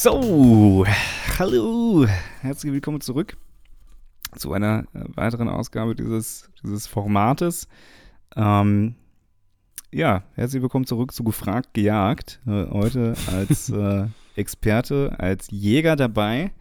So, hallo, herzlich willkommen zurück zu einer weiteren Ausgabe dieses Formates. Herzlich willkommen zurück zu Gefragt, Gejagt. Heute als Experte, als Jäger dabei.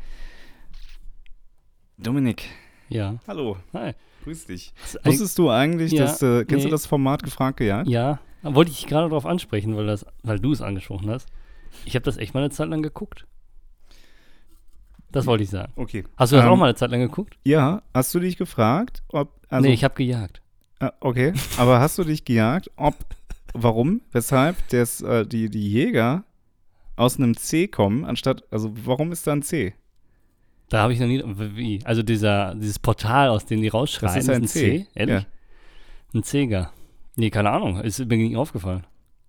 Dominik. Ja. Hallo. Hi. Grüß dich. Wusstest du eigentlich, kennst du das Format Gefragt, Gejagt? Ja, wollte ich dich gerade darauf ansprechen, weil du es angesprochen hast. Ich habe das echt mal eine Zeit lang geguckt. Das wollte ich sagen. Okay. Hast du das auch mal eine Zeit lang geguckt? Ja. Hast du dich gefragt, ob... Nee, ich habe gejagt. Okay, aber hast du dich gejagt, warum, weshalb die Jäger aus einem C kommen, warum ist da ein C? Da habe ich noch nie... Wie? Also dieses Portal, aus dem die rausschreien, das ist ein C. Ehrlich? Ja. Ein Cäger. Nee, keine Ahnung. Ist mir nie aufgefallen.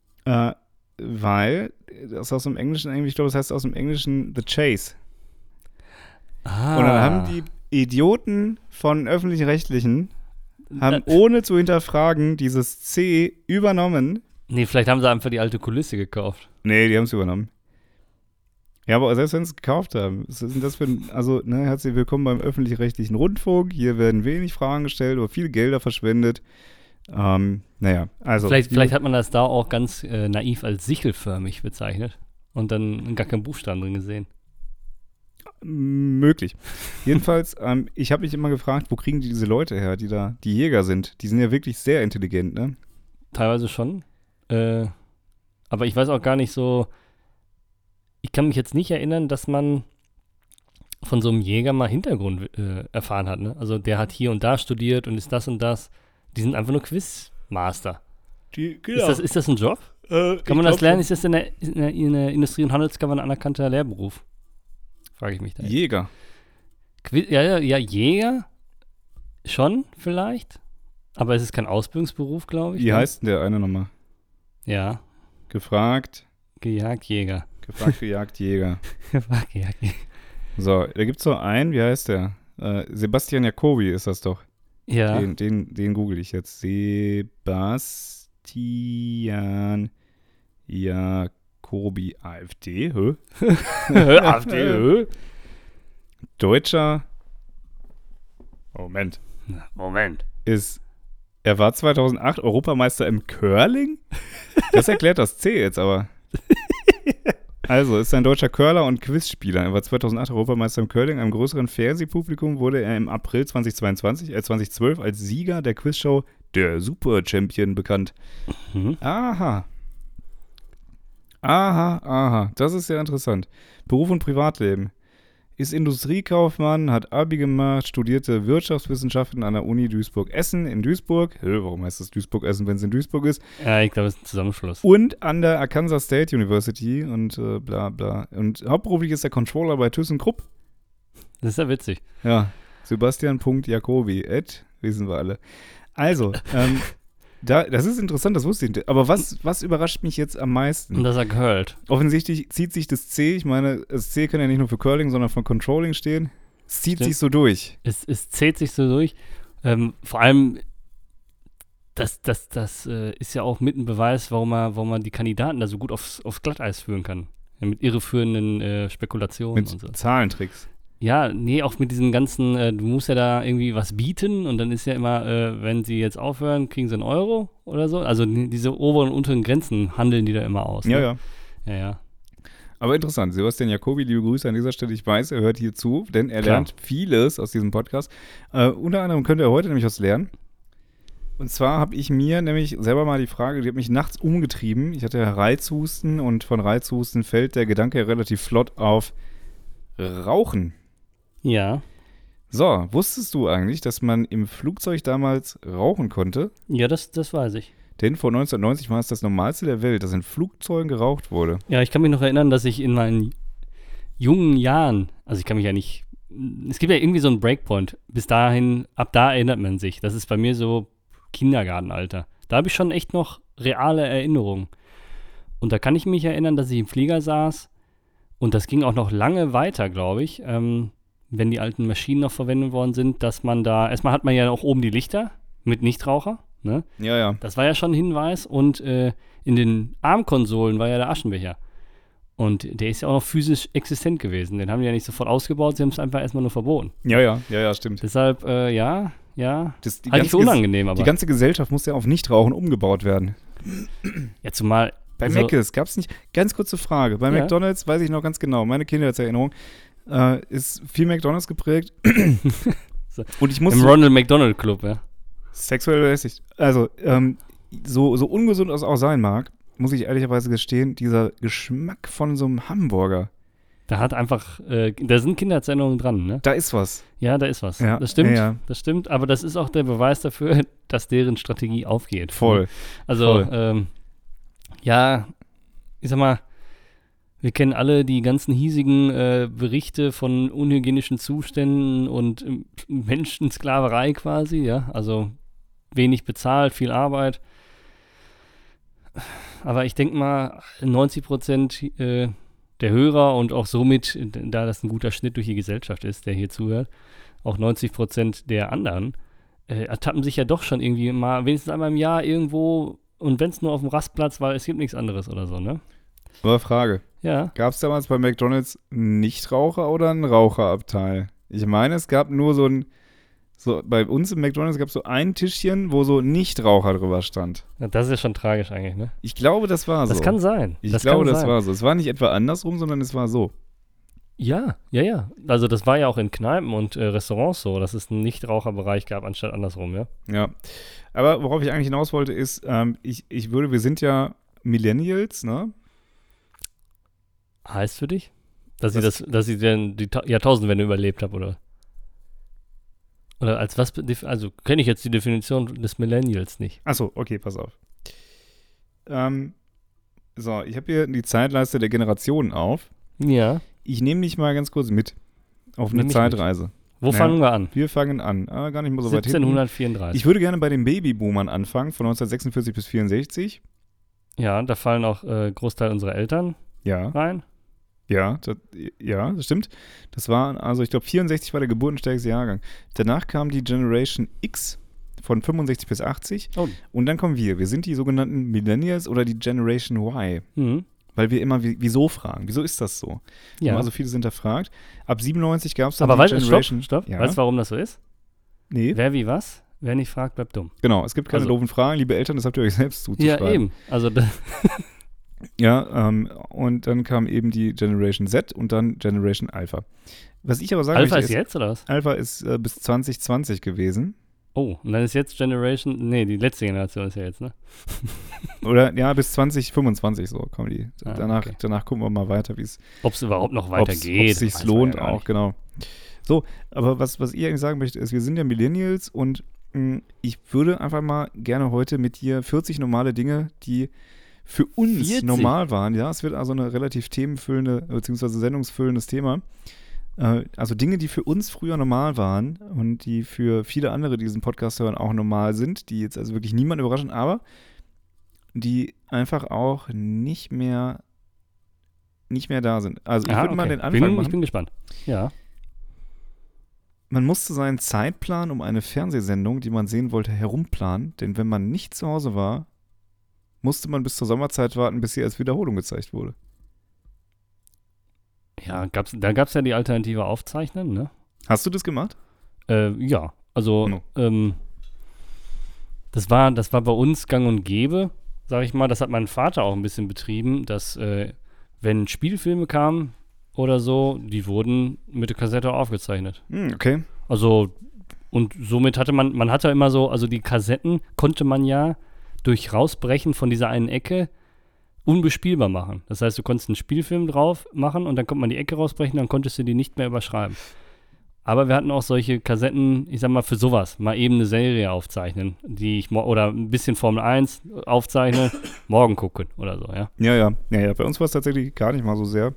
Weil das aus dem Englischen, ich glaube, das heißt aus dem Englischen The Chase. Ah. Und dann haben die Idioten von Öffentlich-Rechtlichen ohne zu hinterfragen dieses C übernommen. Nee, vielleicht haben sie einfach die alte Kulisse gekauft. Nee, die haben es übernommen. Ja, aber selbst wenn sie es gekauft haben, was ist denn das herzlich willkommen beim Öffentlich-Rechtlichen Rundfunk. Hier werden wenig Fragen gestellt oder viele Gelder verschwendet. Vielleicht hat man das da auch ganz naiv als sichelförmig bezeichnet und dann gar keinen Buchstaben drin gesehen. Möglich. Jedenfalls, ich habe mich immer gefragt, wo kriegen die diese Leute her, die Jäger sind? Die sind ja wirklich sehr intelligent, ne? Teilweise schon. Aber ich weiß auch gar nicht so, ich kann mich jetzt nicht erinnern, dass man von so einem Jäger mal Hintergrund erfahren hat, ne? Also der hat hier und da studiert und ist das und das. Die sind einfach nur Quizmaster. Genau. Ist das ein Job? Kann man das lernen? Ist das in der Industrie- und Handelskammer ein anerkannter Lehrberuf? Frage ich mich da. Jäger. Ja, Jäger schon vielleicht. Aber es ist kein Ausbildungsberuf, glaube ich. Wie heißt denn der eine nochmal? Ja. Gefragt. Gejagt, Jäger. Gefragt, gejagt, Jäger. Gefragt, gejagt, Jäger. So, da gibt es so einen, wie heißt der? Sebastian Jacobi ist das doch. Ja. Den google ich jetzt. Sebastian Jacobi, AfD, AfD, Deutscher. Moment. Er war 2008 Europameister im Curling? Das erklärt das C jetzt aber. Also, ist ein deutscher Curler und Quizspieler. Er war 2008 Europameister im Curling. Einem größeren Fernsehpublikum wurde er im April 2012 als Sieger der Quizshow Der Super Champion bekannt. Mhm. Aha. Das ist sehr interessant. Beruf und Privatleben. Ist Industriekaufmann, hat Abi gemacht, studierte Wirtschaftswissenschaften an der Uni Duisburg-Essen in Duisburg. Warum heißt das Duisburg-Essen, wenn es in Duisburg ist? Ja, ich glaube, es ist ein Zusammenschluss. Und an der Arkansas State University und bla bla. Und hauptberuflich ist er Controller bei ThyssenKrupp. Das ist ja witzig. Ja, Sebastian.Jacobi, wissen wir alle. Also, das ist interessant, das wusste ich nicht. Aber was überrascht mich jetzt am meisten? Und dass er gehört. Offensichtlich zieht sich das C, ich meine, das C kann ja nicht nur für Curling, sondern für Controlling stehen. Es zieht sich so durch. Es zählt sich so durch. Vor allem, das ist ja auch mit ein Beweis, warum man die Kandidaten da so gut aufs Glatteis führen kann. Ja, mit irreführenden Spekulationen Mit und so. Zahlentricks. Ja, nee, auch mit diesen ganzen, du musst ja da irgendwie was bieten und dann ist ja immer, wenn sie jetzt aufhören, kriegen sie einen Euro oder so. Also diese oberen und unteren Grenzen handeln die da immer aus. Ne? Ja. Aber interessant, Sebastian Jacobi, liebe Grüße an dieser Stelle. Ich weiß, er hört hier zu, denn er lernt vieles aus diesem Podcast. Unter anderem könnte er heute nämlich was lernen. Und zwar habe ich mir nämlich selber mal die Frage, die hat mich nachts umgetrieben. Ich hatte Reizhusten und von Reizhusten fällt der Gedanke relativ flott auf Rauchen. Ja. So, wusstest du eigentlich, dass man im Flugzeug damals rauchen konnte? Ja, das weiß ich. Denn vor 1990 war es das Normalste der Welt, dass in Flugzeugen geraucht wurde. Ja, ich kann mich noch erinnern, dass ich in meinen jungen Jahren, also ich kann mich ja nicht, es gibt ja irgendwie so einen Breakpoint. Bis dahin, ab da erinnert man sich. Das ist bei mir so Kindergartenalter. Da habe ich schon echt noch reale Erinnerungen. Und da kann ich mich erinnern, dass ich im Flieger saß und das ging auch noch lange weiter, glaube ich, wenn die alten Maschinen noch verwendet worden sind, dass man da, erstmal hat man ja auch oben die Lichter mit Nichtraucher, ne? Ja. Das war ja schon ein Hinweis und in den Armkonsolen war ja der Aschenbecher. Und der ist ja auch noch physisch existent gewesen. Den haben die ja nicht sofort ausgebaut, sie haben es einfach erstmal nur verboten. Ja, stimmt. Deshalb, ja, Das, die halte ich für unangenehm, aber. Die ganze Gesellschaft muss ja auf Nichtrauchen umgebaut werden. Ja, zumal. Bei Mc's gab es nicht, ganz kurze Frage, bei McDonald's weiß ich noch ganz genau, meine Kindheitserinnerung ist viel McDonald's geprägt. So. Und ich muss im Ronald McDonald Club, ja. Sexuell belästigt. Also, so ungesund es auch sein mag, muss ich ehrlicherweise gestehen, dieser Geschmack von so einem Hamburger. Da hat einfach, da sind Kindheitserinnerungen dran, ne? Da ist was. Ja, da ist was. Ja, das stimmt, ja. Das stimmt, aber das ist auch der Beweis dafür, dass deren Strategie aufgeht. Voll. Also, voll. Ja, ich sag mal, wir kennen alle die ganzen hiesigen Berichte von unhygienischen Zuständen und Menschensklaverei quasi, ja, also wenig bezahlt, viel Arbeit. Aber ich denke mal, 90% der Hörer und auch somit, da das ein guter Schnitt durch die Gesellschaft ist, der hier zuhört, auch 90% der anderen ertappen sich ja doch schon irgendwie mal wenigstens einmal im Jahr irgendwo, und wenn es nur auf dem Rastplatz war, es gibt nichts anderes oder so, ne? Aber Frage. Ja. Gab es damals bei McDonald's einen Nichtraucher oder einen Raucherabteil? Ich meine, es gab nur bei uns im McDonald's gab es so ein Tischchen, wo so Nichtraucher drüber stand. Ja, das ist ja schon tragisch eigentlich, ne? Ich glaube, das war so. Das kann sein. Ich glaube, das war so. Es war nicht etwa andersrum, sondern es war so. Ja. Also das war ja auch in Kneipen und Restaurants so, dass es einen Nichtraucherbereich gab, anstatt andersrum, ja? Ja. Aber worauf ich eigentlich hinaus wollte, ist, wir sind ja Millennials, ne? Heißt für dich? Dass ich denn die Jahrtausendwende überlebt habe, oder? Oder als was, also kenne ich jetzt die Definition des Millennials nicht. Achso, okay, pass auf. So, ich habe hier die Zeitleiste der Generationen auf. Ja. Ich nehme dich mal ganz kurz mit auf eine Zeitreise. Wo fangen wir an? Wir fangen an. Gar nicht mal so weit hinten. 1734. Ich würde gerne bei den Babyboomern anfangen, von 1946 bis 64. Ja, da fallen auch Großteil unserer Eltern rein. Ja, das stimmt. Das war, also ich glaube, 64 war der geburtenstärkste Jahrgang. Danach kam die Generation X von 65 bis 80. Oh. Und dann kommen wir. Wir sind die sogenannten Millennials oder die Generation Y. Mhm. Weil wir immer wieso fragen. Wieso ist das so? Ja. Also viele sind hinterfragt. Ab 97 gab es dann die Generation. Stopp. Ja. Weißt du, warum das so ist? Nee. Wer wie was? Wer nicht fragt, bleibt dumm. Genau, es gibt keine doofen Fragen. Liebe Eltern, das habt ihr euch selbst zuzuschreiben. Ja, eben. Also ja, und dann kam eben die Generation Z und dann Generation Alpha. Was ich aber sagen Alpha möchte, ist jetzt, oder was? Alpha ist bis 2020 gewesen. Oh, und dann ist jetzt Generation, die letzte Generation ist ja jetzt, ne? Oder, ja, bis 2025 so kommen die. Danach gucken wir mal weiter, wie es... Ob es überhaupt noch weitergeht. Ob es sich lohnt auch, genau. So, aber was ich eigentlich sagen möchte, ist, wir sind ja Millennials und ich würde einfach mal gerne heute mit dir 40 normale Dinge, die für uns 40? normal waren. Ja, es wird also eine relativ themenfüllende, beziehungsweise sendungsfüllendes Thema. Also Dinge, die für uns früher normal waren und die für viele andere, die diesen Podcast hören, auch normal sind, die jetzt also wirklich niemanden überraschen, aber die einfach auch nicht mehr da sind. Also ich würde mal den Anfang machen. Ich bin gespannt. Ja. Man musste seinen Zeitplan um eine Fernsehsendung, die man sehen wollte, herumplanen, denn wenn man nicht zu Hause war, musste man bis zur Sommerzeit warten, bis sie als Wiederholung gezeigt wurde. Ja, da gab es ja die alternative Aufzeichnen, ne? Hast du das gemacht? Ja, also das war bei uns gang und gäbe, sag ich mal. Das hat mein Vater auch ein bisschen betrieben, dass wenn Spielfilme kamen oder so, die wurden mit der Kassette aufgezeichnet. Okay. Also, und somit hatte man hatte immer so, also die Kassetten konnte man ja durch Rausbrechen von dieser einen Ecke unbespielbar machen. Das heißt, du konntest einen Spielfilm drauf machen und dann konnte man die Ecke rausbrechen, dann konntest du die nicht mehr überschreiben. Aber wir hatten auch solche Kassetten, ich sag mal, für sowas, mal eben eine Serie aufzeichnen, die ich oder ein bisschen Formel 1 aufzeichne, morgen gucken oder so, ja. Ja. Bei uns war es tatsächlich gar nicht mal so sehr.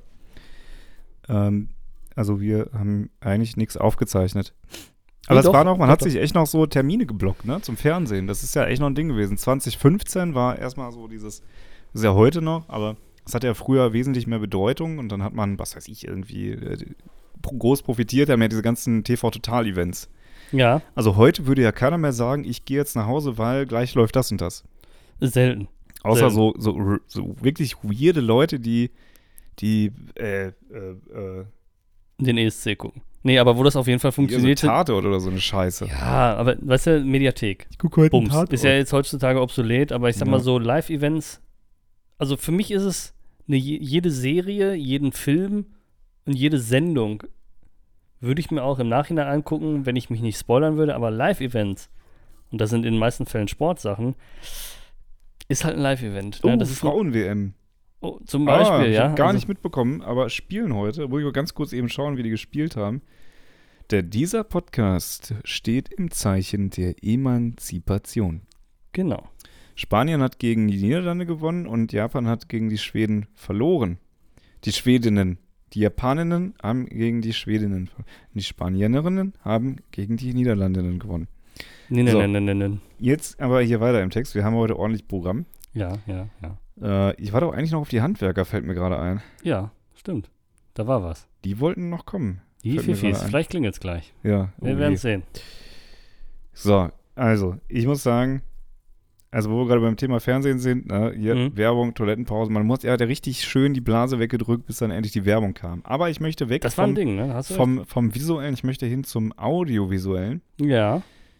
Also wir haben eigentlich nichts aufgezeichnet. Aber es war noch, man hat sich echt noch so Termine geblockt, ne, zum Fernsehen. Das ist ja echt noch ein Ding gewesen. 2015 war erstmal so dieses, das ist ja heute noch, aber es hat ja früher wesentlich mehr Bedeutung und dann hat man, was weiß ich, irgendwie groß profitiert, haben ja diese ganzen TV-Total-Events. Ja. Also heute würde ja keiner mehr sagen, ich gehe jetzt nach Hause, weil gleich läuft das und das. Selten. Außer so wirklich weirde Leute, die Den ESC gucken. Nee, aber wo das auf jeden Fall funktioniert. So Tatort oder so eine Scheiße. Ja, aber weißt du, Mediathek. Ich gucke heute Bums. Ist ja jetzt heutzutage obsolet, aber ich sag mal Ja. so, Live-Events, also für mich ist es jede Serie, jeden Film und jede Sendung würde ich mir auch im Nachhinein angucken, wenn ich mich nicht spoilern würde, aber Live-Events, und das sind in den meisten Fällen Sportsachen, ist halt ein Live-Event. Oh, Ne? Das ist Frauen-WM. zum Beispiel, Ich ja. habe gar Also, nicht mitbekommen, aber spielen heute. Muss ich mal ganz kurz eben schauen, wie die gespielt haben. Denn dieser Podcast steht im Zeichen der Emanzipation. genau. Spanien hat gegen die Niederlande gewonnen und Japan hat gegen die Schweden verloren. Die Schwedinnen. Die Japaninnen haben gegen die Schwedinnen verloren. Die Spanierinnen haben gegen die Niederlandinnen gewonnen. Nee. Jetzt aber hier weiter im Text. Wir haben heute ordentlich Programm. Ja. Ich warte auch eigentlich noch auf die Handwerker, fällt mir gerade ein. Ja, stimmt. Da war was. Die wollten noch kommen. Die Fällt mir Fifis, gerade ein. vielleicht klingelt's gleich. Ja. Wir werden es sehen. So, also, ich muss sagen, also wo wir gerade beim Thema Fernsehen sind, ne, hier Werbung, Toilettenpause, man muss, er hat ja richtig schön die Blase weggedrückt, bis dann endlich die Werbung kam. Aber ich möchte weg Das war ein Ding, ne? Hast du recht. vom Visuellen, ich möchte hin zum Audiovisuellen. Ja.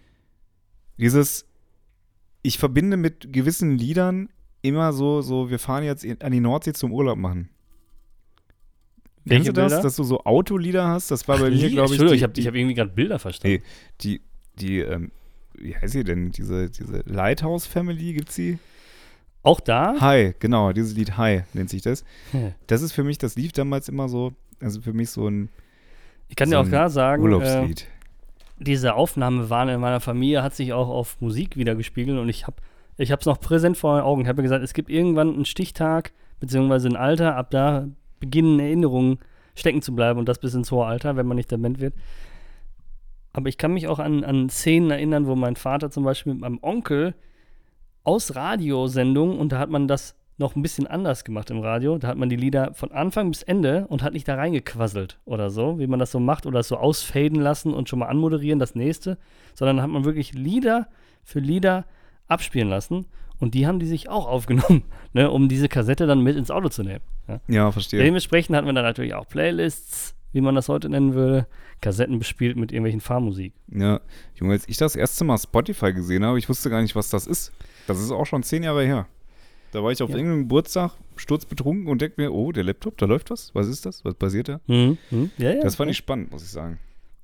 Ich verbinde mit gewissen Liedern immer so, wir fahren jetzt an die Nordsee zum Urlaub machen. Kennst du das, Bilder? dass du so Autolieder hast? Das war bei mir, glaube ich, Entschuldigung, ich habe irgendwie gerade Bilder verstanden. die, wie heißt sie denn? Diese Lighthouse Family, gibt's sie? Auch da? Hi, genau, dieses Lied Hi nennt sich das. Hm. Das ist für mich, das lief damals immer so, also für mich so ein Ich kann dir auch klar sagen, Urlaubslied. diese Aufnahmewahn in meiner Familie hat sich auch auf Musik wieder gespiegelt und ich habe es noch präsent vor Augen. Ich habe gesagt, es gibt irgendwann einen Stichtag, beziehungsweise ein Alter, ab da beginnen Erinnerungen stecken zu bleiben und das bis ins hohe Alter, wenn man nicht dement wird. Aber ich kann mich auch an Szenen erinnern, wo mein Vater zum Beispiel mit meinem Onkel aus Radiosendungen, und da hat man das noch ein bisschen anders gemacht im Radio, da hat man die Lieder von Anfang bis Ende und hat nicht da reingequasselt oder so, wie man das so macht, oder es so ausfaden lassen und schon mal anmoderieren, das nächste, sondern hat man wirklich Lieder für Lieder abspielen lassen und die haben die sich auch aufgenommen, ne, um diese Kassette dann mit ins Auto zu nehmen. Ja, Ja, verstehe. Dementsprechend hatten wir dann natürlich auch Playlists, wie man das heute nennen würde, Kassetten bespielt mit irgendwelchen Fahrmusik. Ja, Junge, als ich das erste Mal Spotify gesehen habe, ich wusste gar nicht, was das ist. Das ist auch schon 10 Jahre her. Da war ich auf irgendeinem Geburtstag, sturzbetrunken und denke mir, oh, der Laptop, da läuft was. Was ist das? Was passiert da? Ja, Das fand ich spannend, muss ich sagen.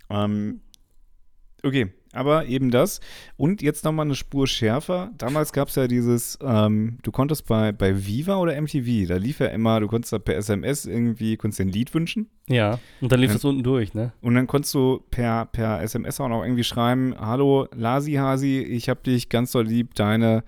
Okay, aber eben das. Und jetzt nochmal eine Spur schärfer. Damals gab es ja dieses, du konntest bei Viva oder MTV, da lief ja immer, du konntest da per SMS irgendwie, konntest dir ein Lied wünschen. Ja, und dann lief es unten durch, ne? Und dann konntest du per SMS auch noch irgendwie schreiben, hallo Lasi Hasi, ich hab dich ganz doll lieb, deine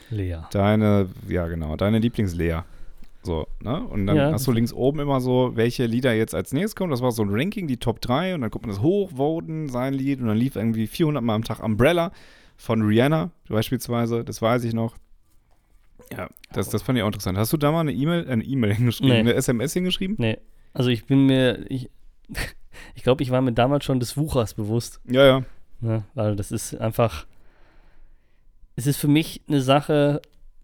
Lieblingslea. So, ne? Und dann hast du links oben immer so, welche Lieder jetzt als nächstes kommen. Das war so ein Ranking, die Top 3. Und dann kommt man das hochvoten, sein Lied. Und dann lief irgendwie 400 Mal am Tag Umbrella von Rihanna beispielsweise. Das weiß ich noch. Ja, das fand ich auch interessant. Hast du da mal eine E-Mail hingeschrieben, eine SMS hingeschrieben? Nee, also ich glaube, ich war mir damals schon des Wuchers bewusst. Ja. Ne? Weil das ist einfach, es ist für mich eine Sache,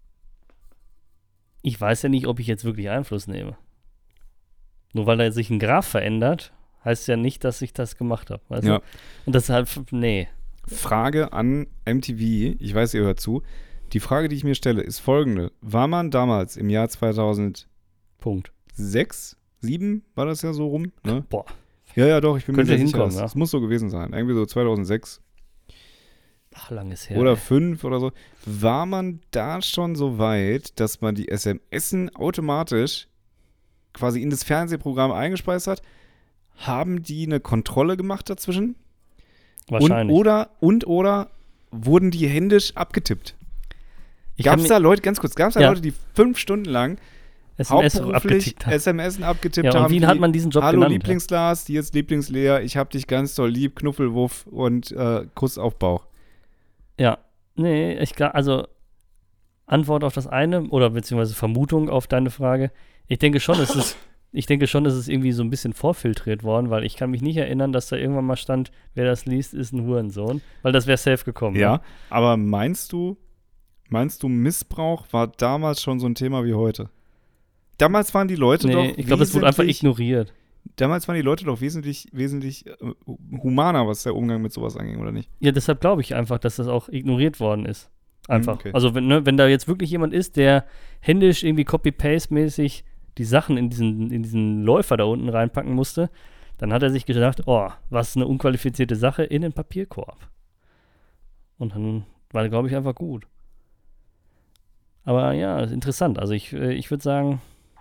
ich weiß ja nicht, ob ich jetzt wirklich Einfluss nehme. Nur weil da sich ein Graph verändert, heißt ja nicht, dass ich das gemacht habe. Weißt du? Und deshalb, nee. Frage an MTV, ich weiß, ihr hört zu. Die Frage, die ich mir stelle, ist folgende. War man damals im Jahr 2006, 2007, war das ja so rum? Ne? Boah. Ja, doch, ich bin mir Könnte sicher, hinkommen, das muss so gewesen sein. Irgendwie so 2006. Ach, langes her. Oder 2005 oder so. War man da schon so weit, dass man die SMSen automatisch quasi in das Fernsehprogramm eingespeist hat? Haben die eine Kontrolle gemacht dazwischen? Wahrscheinlich. Oder wurden die händisch abgetippt? Gab es da Leute, ganz kurz, Leute, die 5 Stunden lang hauptberuflich SMSen abgetippt haben? Und wie hat man diesen Job Hallo genannt? Lieblingslars, die ist Lieblingslea, ich hab dich ganz doll lieb, Knuffelwuff und Kuss auf Bauch. Ja, nee, also Antwort auf das eine oder beziehungsweise Vermutung auf deine Frage. Ich denke schon, es ist irgendwie so ein bisschen vorfiltriert worden, weil ich kann mich nicht erinnern, dass da irgendwann mal stand, wer das liest, ist ein Hurensohn, weil das wäre safe gekommen. Ja, ne? aber meinst du, Missbrauch war damals schon so ein Thema wie heute? damals waren die Leute doch ich glaube, es wurde einfach ignoriert. Damals waren die Leute doch wesentlich humaner, was der Umgang mit sowas anging, oder nicht? Ja, deshalb glaube ich einfach, dass das auch ignoriert worden ist. Einfach. Okay. Also wenn da jetzt wirklich jemand ist, der händisch irgendwie Copy-Paste-mäßig die Sachen in diesen Läufer da unten reinpacken musste, dann hat er sich gedacht, oh, was eine unqualifizierte Sache in den Papierkorb. Und dann war der, glaube ich, einfach gut. Aber ja, ist interessant. Also ich würde sagen,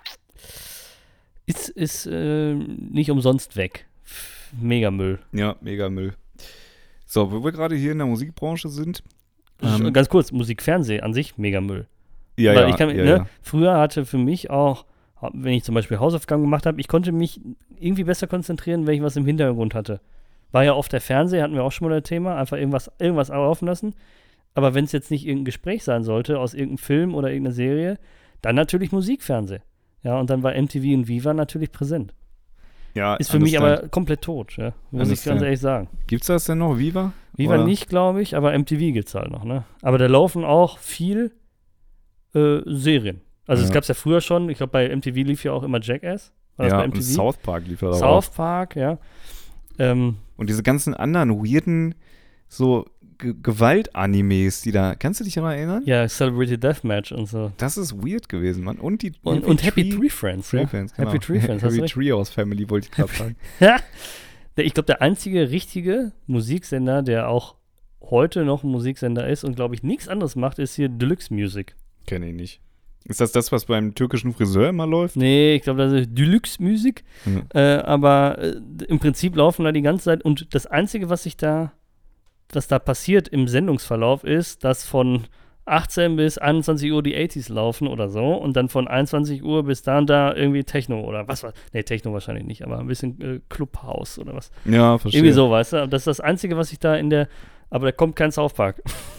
ist nicht umsonst weg. Mega Müll. Ja, mega Müll. So, wo wir gerade hier in der Musikbranche sind. Ganz kurz, Musik, Fernsehen an sich, mega Müll. Ja, Weil ja, ich kann, ja. Früher hatte für mich auch, wenn ich zum Beispiel Hausaufgaben gemacht habe, ich konnte mich irgendwie besser konzentrieren, wenn ich was im Hintergrund hatte. War ja oft der Fernseher, hatten wir auch schon mal das Thema, einfach irgendwas laufen lassen. Aber wenn es jetzt nicht irgendein Gespräch sein sollte, aus irgendeinem Film oder irgendeiner Serie, dann natürlich Musikfernsehen. Ja, und dann war MTV und Viva natürlich präsent. Ja, ist für mich aber komplett tot, ja, muss ich ganz ehrlich sagen. Gibt's das denn noch, Viva? Viva nicht, glaube ich, aber MTV gibt's halt noch, ne? Aber da laufen auch viel Serien. Also es gab's ja früher schon, ich glaube bei MTV lief ja auch immer Jackass. War das bei MTV? Und South Park lief ja auch. South Park, ja. Und diese ganzen anderen weirden, so Gewalt-Animes, die da, kannst du dich daran erinnern? Ja, Celebrity Deathmatch und so. Das ist weird gewesen, Mann. Und Happy Tree Friends, ja. Genau. Happy Tree Friends, hast du Happy recht. Treehouse Family, wollte ich gerade sagen. Ich glaube, der einzige richtige Musiksender, der auch heute noch ein Musiksender ist und, glaube ich, nichts anderes macht, ist hier Deluxe Music. Kenne ich nicht. Ist das, was beim türkischen Friseur immer läuft? Nee, ich glaube, das ist Deluxe Music. Aber im Prinzip laufen da die ganze Zeit. Und das Einzige, was da passiert im Sendungsverlauf ist, dass von 18 bis 21 Uhr die 80s laufen oder so und dann von 21 Uhr bis da und da irgendwie Techno oder was. Nee, Techno wahrscheinlich nicht, aber ein bisschen Clubhouse oder was. Ja, verstehe. Irgendwie so, weißt du? Das ist das Einzige, was ich da aber da kommt kein South Park.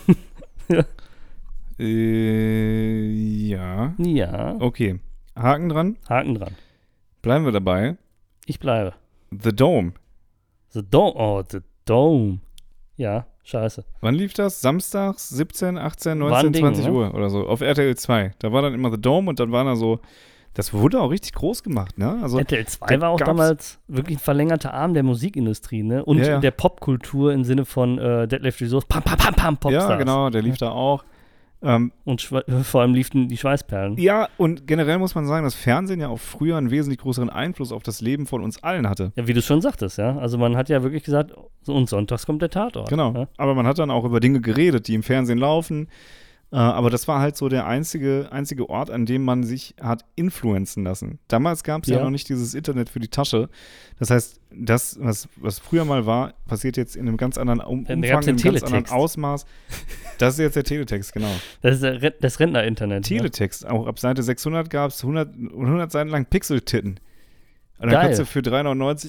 Ja. Ja. Okay. Haken dran. Bleiben wir dabei. Ich bleibe. The Dome. The Dome. Ja, scheiße. Wann lief das? Samstags, 17, 18, War 19, ein Ding, 20 ne? Uhr oder so. Auf RTL 2. Da war dann immer The Dome und dann waren da so. Das wurde auch richtig groß gemacht, ne? Also, RTL 2 war auch damals wirklich ein verlängerter Arm der Musikindustrie, ne? Und der Popkultur im Sinne von Detlef Resource, pam, Popstars. Ja, genau, der lief da auch. Und vor allem liefen die Schweißperlen. Ja, und generell muss man sagen, dass Fernsehen ja auch früher einen wesentlich größeren Einfluss auf das Leben von uns allen hatte. Ja, wie du schon sagtest, ja. Also man hat ja wirklich gesagt, und sonntags kommt der Tatort. Genau, ja? Aber man hat dann auch über Dinge geredet, die im Fernsehen laufen. Aber das war halt so der einzige Ort, an dem man sich hat influenzen lassen. Damals gab es ja noch nicht dieses Internet für die Tasche. Das heißt, das, was früher mal war, passiert jetzt in einem ganz anderen Umfang, in einem ganz anderen Ausmaß. Das ist jetzt der Teletext, genau. Das ist das Rentner-Internet. Teletext, ja. Auch ab Seite 600 gab es 100 Seiten lang Pixel-Titten. Und dann Geil. kannst du für 3,99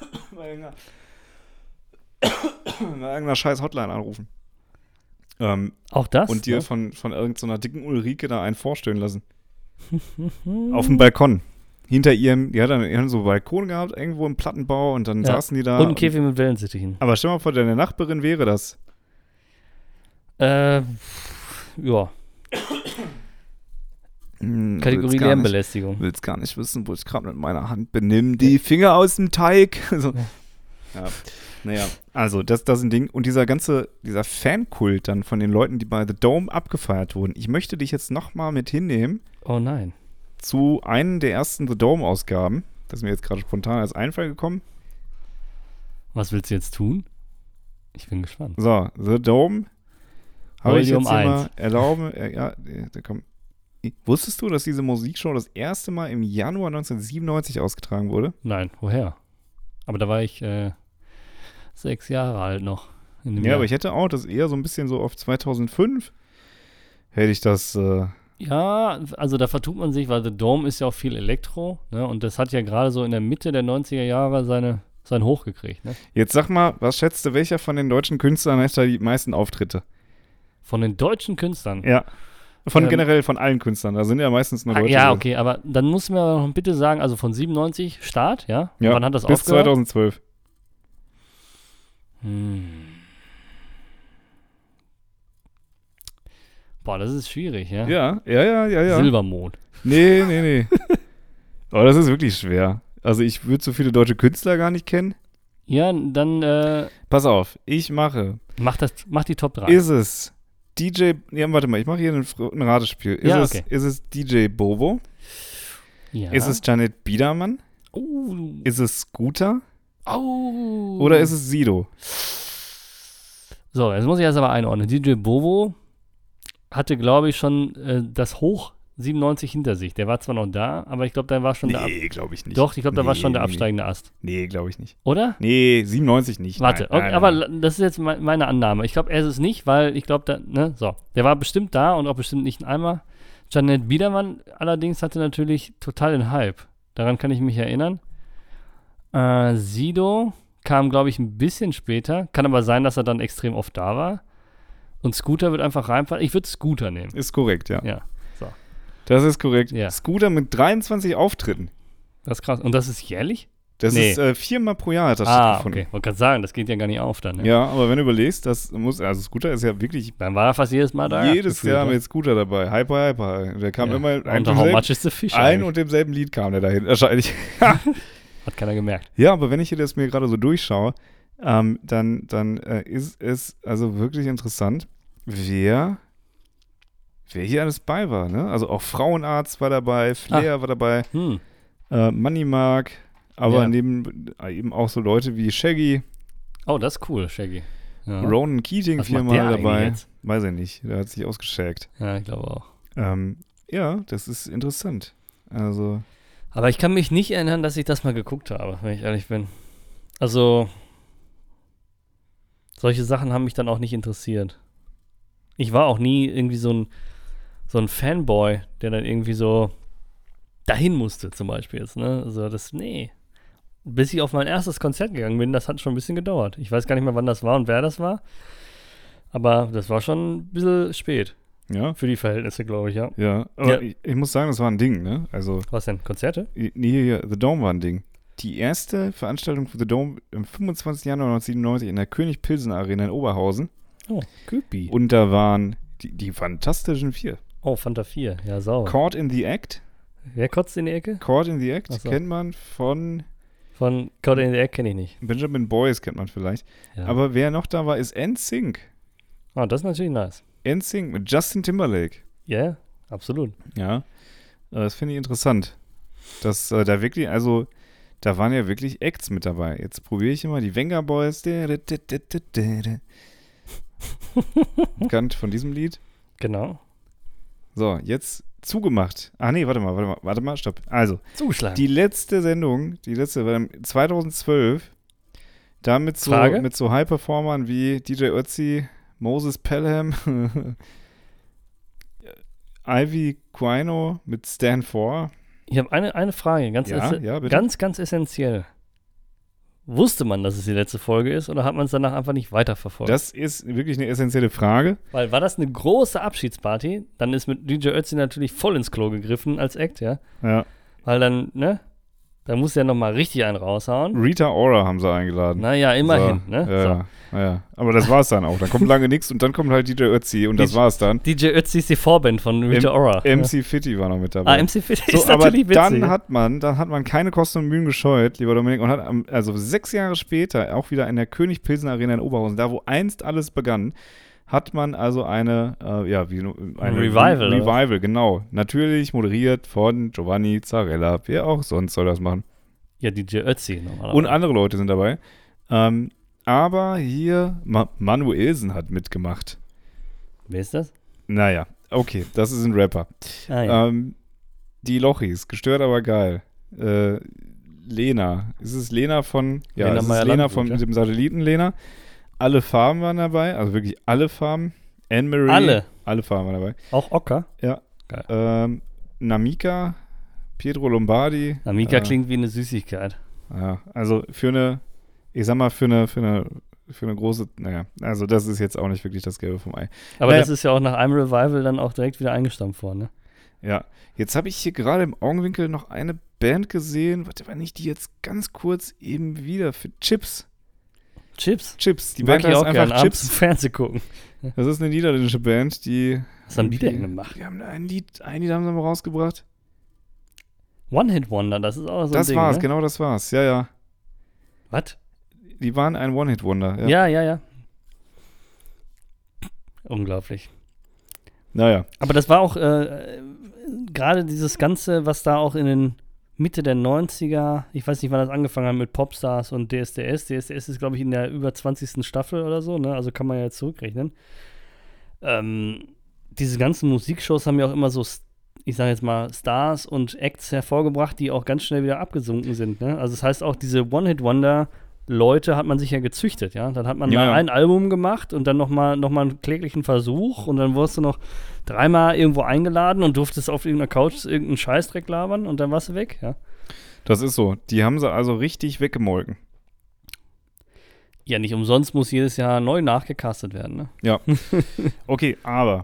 bei irgendeiner scheiß Hotline anrufen. Auch das? Und dir von irgendeiner dicken Ulrike da einen vorstellen lassen. Auf dem Balkon. Hinter ihrem, die haben so Balkon gehabt, irgendwo im Plattenbau und dann saßen die da. Und ein Käfig mit Wellensittichen. Aber stell mal vor, deine Nachbarin wäre das. Ja. Kategorie Lärmbelästigung. Willst gar nicht wissen, wo ich gerade mit meiner Hand bin. Nimm die Finger aus dem Teig. So. Ja. Naja, also das ist ein Ding. Und dieser Fankult dann von den Leuten, die bei The Dome abgefeiert wurden. Ich möchte dich jetzt nochmal mit hinnehmen. Oh nein. Zu einem der ersten The Dome-Ausgaben. Das ist mir jetzt gerade spontan als Einfall gekommen. Was willst du jetzt tun? Ich bin gespannt. So, The Dome. Habe ich jetzt Volume hier mal erlauben. Komm. Wusstest du, dass diese Musikshow das erste Mal im Januar 1997 ausgetragen wurde? Nein, woher? Aber da war ich 6 Jahre alt noch. Ja, aber ich hätte auch das eher so ein bisschen so auf 2005 hätte ich das. Ja, also da vertut man sich, weil The Dome ist ja auch viel Elektro, ne? Und das hat ja gerade so in der Mitte der 90er Jahre sein Hoch gekriegt, ne? Jetzt sag mal, was schätzt du, welcher von den deutschen Künstlern hat da die meisten Auftritte? Von den deutschen Künstlern? Ja. Generell von allen Künstlern, da sind ja meistens nur Deutsche. Ja, okay, aber dann muss mir noch bitte sagen, also von 97 Start, ja? Ja, wann hat das bis aufgehört? 2012. Boah, das ist schwierig, ja? Ja. Silbermond. Nee. Aber das ist wirklich schwer. Also ich würde so viele deutsche Künstler gar nicht kennen. Ja, dann Pass auf, ich mache. mach die Top 3. Ist es DJ, ja, warte mal, ich mache hier ein Ratespiel. Ist es DJ Bobo? Ja. Ist es Janet Biedermann? Oh. Ist es Scooter? Oh. Oder ist es Sido? So, jetzt muss ich erst aber einordnen. DJ Bobo hatte, glaube ich, schon das Hoch 97 hinter sich. Der war zwar noch da, aber ich glaube, da war schon glaube ich nicht. Doch, ich glaube, da war schon der absteigende Ast. Nee, glaube ich nicht. Oder? Nee, 97 nicht. Warte, nein, okay, nein, aber nein. das ist jetzt meine Annahme. Ich glaube, er ist es nicht, weil ich glaube, der war bestimmt da und auch bestimmt nicht ein Eimer. Janet Biedermann allerdings hatte natürlich total den Hype. Daran kann ich mich erinnern. Sido kam, glaube ich, ein bisschen später. Kann aber sein, dass er dann extrem oft da war. Und Scooter wird einfach reinfallen. Ich würde Scooter nehmen. Ist korrekt, ja. Ja, so. Das ist korrekt. Ja. Scooter mit 23 Auftritten. Das ist krass. Und das ist jährlich? Das Nee. ist 4-mal pro Jahr hat das stattgefunden. Okay. Wollte gerade sagen, das geht ja gar nicht auf dann. Ne? Ja, aber wenn du überlegst, also Scooter ist ja wirklich Dann war er fast jedes Mal da. jedes gefühlt, Jahr ne? mit Scooter dabei. Hyper. Der kam immer Und How Much is the Fish ein eigentlich? und demselben Lied kam der dahin, wahrscheinlich. Hat keiner gemerkt. Ja, aber wenn ich hier das mir gerade so durchschaue, dann ist es also wirklich interessant, wer hier alles bei war, ne? Also auch Frauenarzt war dabei, Flair war dabei, Money Mark, aber Ja. neben eben auch so Leute wie Shaggy, Oh, das ist cool, Shaggy. Ja, Ronan Keating Was macht 4-mal der eigentlich dabei. jetzt? Weiß ich nicht, der hat sich ausgeschägt. ja ich glaube auch. Ja, das ist interessant. Also, Aber ich kann mich nicht erinnern, dass ich das mal geguckt habe, wenn ich ehrlich bin. Also, solche Sachen haben mich dann auch nicht interessiert. Ich war auch nie irgendwie so ein Fanboy, der dann irgendwie so dahin musste, zum Beispiel jetzt, ne? Also, nee. Bis ich auf mein erstes Konzert gegangen bin, das hat schon ein bisschen gedauert. Ich weiß gar nicht mehr, wann das war und wer das war. Aber das war schon ein bisschen spät. ja, Für die Verhältnisse, glaube ich, ja. ja. Aber Ja. ich muss sagen, das war ein Ding, ne? Also, Was denn? Konzerte? nee, hier, The Dome war ein Ding. Die erste Veranstaltung für The Dome am 25. Januar 1997 in der König-Pilsen-Arena in Oberhausen. Oh, Küpi. Und da waren die Fantastischen Vier. Oh, Fanta 4. Ja, sauber. Caught in the Act. Wer kotzt in die Ecke? Caught in the Act Ach so. kennt man von Von Caught in the Egg kenne ich nicht. Benjamin Boyce kennt man vielleicht. Ja. Aber wer noch da war, ist NSYNC. Oh, das ist natürlich nice. NSYNC mit Justin Timberlake. Ja, absolut. Ja, das finde ich interessant. Dass da wirklich, also da waren ja wirklich Acts mit dabei. Jetzt probiere ich immer die Venga Boys. Bekannt von diesem Lied. Genau. So, jetzt zugemacht. Ach nee, warte mal, stopp. Also, Zugeschlagen. die letzte Sendung, war dann 2012, da mit so High-Performern wie DJ Ötzi, Moses Pelham, Ivy Quino mit Stan 4. Ich habe eine Frage, Ja, bitte. ganz essentiell. Wusste man, dass es die letzte Folge ist oder hat man es danach einfach nicht weiterverfolgt? Das ist wirklich eine essentielle Frage. Weil war das eine große Abschiedsparty, dann ist mit DJ Ötzi natürlich voll ins Klo gegriffen als Act, ja. Ja. Weil dann, ne? Da muss ja nochmal richtig einen raushauen. Rita Ora haben sie eingeladen. Naja, immerhin, so, ne? Ja. Aber das war's dann auch. Dann kommt lange nichts und dann kommt halt DJ Ötzi und das war's dann. DJ Ötzi ist die Vorband von Rita Ora. MC Fitti war noch mit dabei. MC Fitti So, ist aber natürlich witzig. dann hat man keine Kosten und Mühen gescheut, lieber Dominik, und hat also 6 Jahre später auch wieder in der König-Pilsen-Arena in Oberhausen, da wo einst alles begann, hat man also eine Revival, Revival, genau. Natürlich moderiert von Giovanni Zarella. Wer auch sonst soll das machen. Ja, DJ Ötzi normalerweise. Und andere Leute sind dabei. Aber hier Manuelsen hat mitgemacht. Wer ist das? Naja, okay, das ist ein Rapper. Ah, ja. Die Lochis, gestört aber geil. Lena. Ist es Lena von, ja, Lena es ist Meyer-Landrut, Lena von ja? mit dem Satelliten Lena. Alle Farben waren dabei, also wirklich alle Farben. Anne-Marie. Alle? Alle Farben waren dabei. Auch Ocker? Ja. Geil. Namika, Pietro Lombardi. Namika klingt wie eine Süßigkeit. Ja, also für eine große, naja, also das ist jetzt auch nicht wirklich das Gelbe vom Ei. Aber Naja. das ist ja auch nach einem Revival dann auch direkt wieder eingestampft worden, ne? Ja, jetzt habe ich hier gerade im Augenwinkel noch eine Band gesehen, warte, wenn ich die jetzt ganz kurz eben wieder für Chips. Chips? Die Mag Band ich heißt auch gerne einfach abends im Chips. Fernsehen gucken. Das ist eine niederländische Band, die Was haben die denn irgendwie- gemacht? Die haben ein Lied haben sie mal rausgebracht. One-Hit-Wonder, das ist auch so ein Das Ding, war's, ne? genau das war's. Ja, ja. Was? Die waren ein One-Hit-Wonder. Ja. Ja. Unglaublich. Naja. Aber das war auch gerade dieses Ganze, was da auch in den Mitte der 90er, ich weiß nicht, wann das angefangen hat mit Popstars und DSDS. DSDS ist, glaube ich, in der über 20. Staffel oder so, ne? Also kann man ja jetzt zurückrechnen. Diese ganzen Musikshows haben ja auch immer so, ich sage jetzt mal, Stars und Acts hervorgebracht, die auch ganz schnell wieder abgesunken sind, ne? Also das heißt auch, diese One-Hit-Wonder-Leute hat man sich ja gezüchtet, ja? Dann hat man mal ein Album gemacht und dann noch mal einen kläglichen Versuch und dann wurdest du noch 3-mal irgendwo eingeladen und durftest auf irgendeiner Couch irgendeinen Scheißdreck labern und dann warst du weg, ja? Das ist so. Die haben sie also richtig weggemolken. Ja, nicht umsonst muss jedes Jahr neu nachgecastet werden, ne? Ja. Okay, aber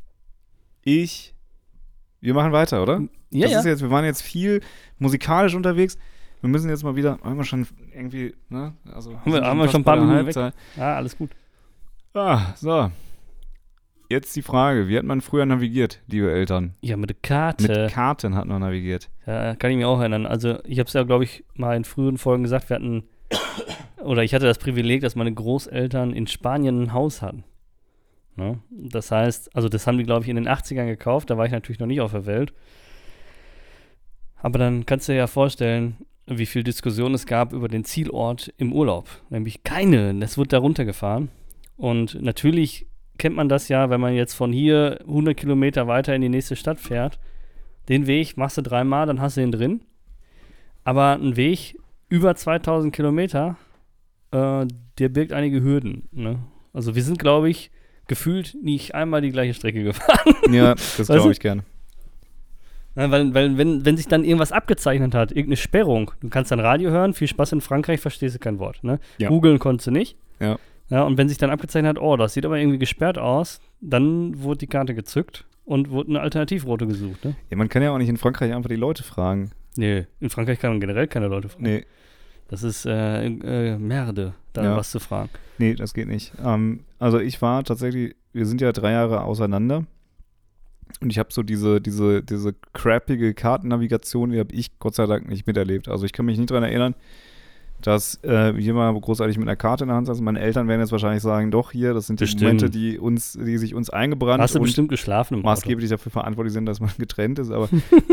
wir machen weiter, oder? Ja, das ist jetzt, wir waren jetzt viel musikalisch unterwegs. Wir müssen jetzt mal wieder, haben wir schon irgendwie, ne? Also haben wir schon ein paar Minuten weg. Ja, alles gut. So. Jetzt die Frage, wie hat man früher navigiert, liebe Eltern? Ja, mit der Karte. Mit Karten hat man navigiert. Ja, kann ich mich auch erinnern. Also ich habe es ja, glaube ich, mal in früheren Folgen gesagt, ich hatte das Privileg, dass meine Großeltern in Spanien ein Haus hatten. Ne? Das heißt, also das haben die, glaube ich, in den 80ern gekauft, da war ich natürlich noch nicht auf der Welt. Aber dann kannst du dir ja vorstellen, wie viel Diskussion es gab über den Zielort im Urlaub. Nämlich keine, das wird da runtergefahren. Und natürlich kennt man das ja, wenn man jetzt von hier 100 Kilometer weiter in die nächste Stadt fährt. Den Weg machst du 3-mal, dann hast du ihn drin. Aber ein Weg über 2000 Kilometer, der birgt einige Hürden. Ne? Also wir sind, glaube ich, gefühlt nicht einmal die gleiche Strecke gefahren. Ja, das glaube ich gerne. Ja, weil wenn sich dann irgendwas abgezeichnet hat, irgendeine Sperrung, du kannst dann Radio hören, viel Spaß in Frankreich, verstehst du kein Wort. Ne? Ja. Googeln konntest du nicht. Ja. Ja, und wenn sich dann abgezeichnet hat, das sieht aber irgendwie gesperrt aus, dann wurde die Karte gezückt und wurde eine Alternativroute gesucht. Ne? Ja, man kann ja auch nicht in Frankreich einfach die Leute fragen. Nee, in Frankreich kann man generell keine Leute fragen. Nee. Das ist Merde, da was zu fragen. Nee, das geht nicht. Also ich war tatsächlich, wir sind ja 3 Jahre auseinander und ich habe so diese crappige Kartennavigation, die habe ich Gott sei Dank nicht miterlebt. Also ich kann mich nicht daran erinnern, dass jemand großartig mit einer Karte in der Hand saß. Meine Eltern werden jetzt wahrscheinlich sagen, doch hier, das sind die Momente, die sich uns eingebrannt Hast du bestimmt geschlafen im Auto. Maßgeblich dafür verantwortlich sind, dass man getrennt ist, aber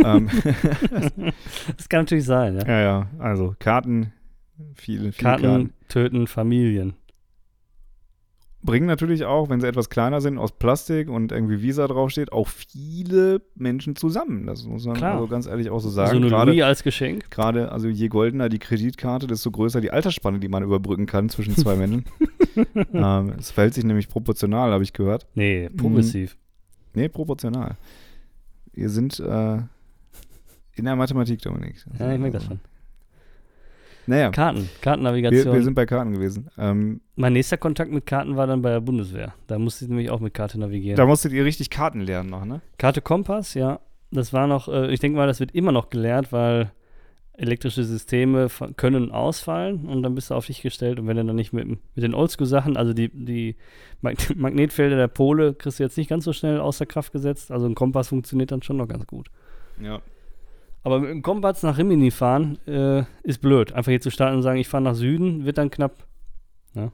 das kann natürlich sein, ja. Ja, also Karten, viele Karten töten Familien. Bringen natürlich auch, wenn sie etwas kleiner sind, aus Plastik und irgendwie Visa draufsteht, auch viele Menschen zusammen. Das muss man also ganz ehrlich auch so sagen. So eine Louis als Geschenk. Gerade, also je goldener die Kreditkarte, desto größer die Altersspanne, die man überbrücken kann zwischen 2 Menschen. Es verhält sich nämlich proportional, habe ich gehört. Nee, progressiv. Nee, proportional. Wir sind in der Mathematik, Dominik. Ja, ich merke das schon. Naja. Kartennavigation. Wir sind bei Karten gewesen. Mein nächster Kontakt mit Karten war dann bei der Bundeswehr. Da musste ich nämlich auch mit Karte navigieren. Da musstet ihr richtig Karten lernen noch, ne? Karte Kompass, ja. Das war noch, ich denke mal, das wird immer noch gelehrt, weil elektrische Systeme können ausfallen und dann bist du auf dich gestellt und wenn du dann nicht mit den Oldschool-Sachen, also die Magnetfelder der Pole kriegst du jetzt nicht ganz so schnell außer Kraft gesetzt, also ein Kompass funktioniert dann schon noch ganz gut. Ja. Aber mit dem Kompass nach Rimini fahren ist blöd. Einfach hier zu starten und sagen, ich fahre nach Süden, wird dann knapp. Ja,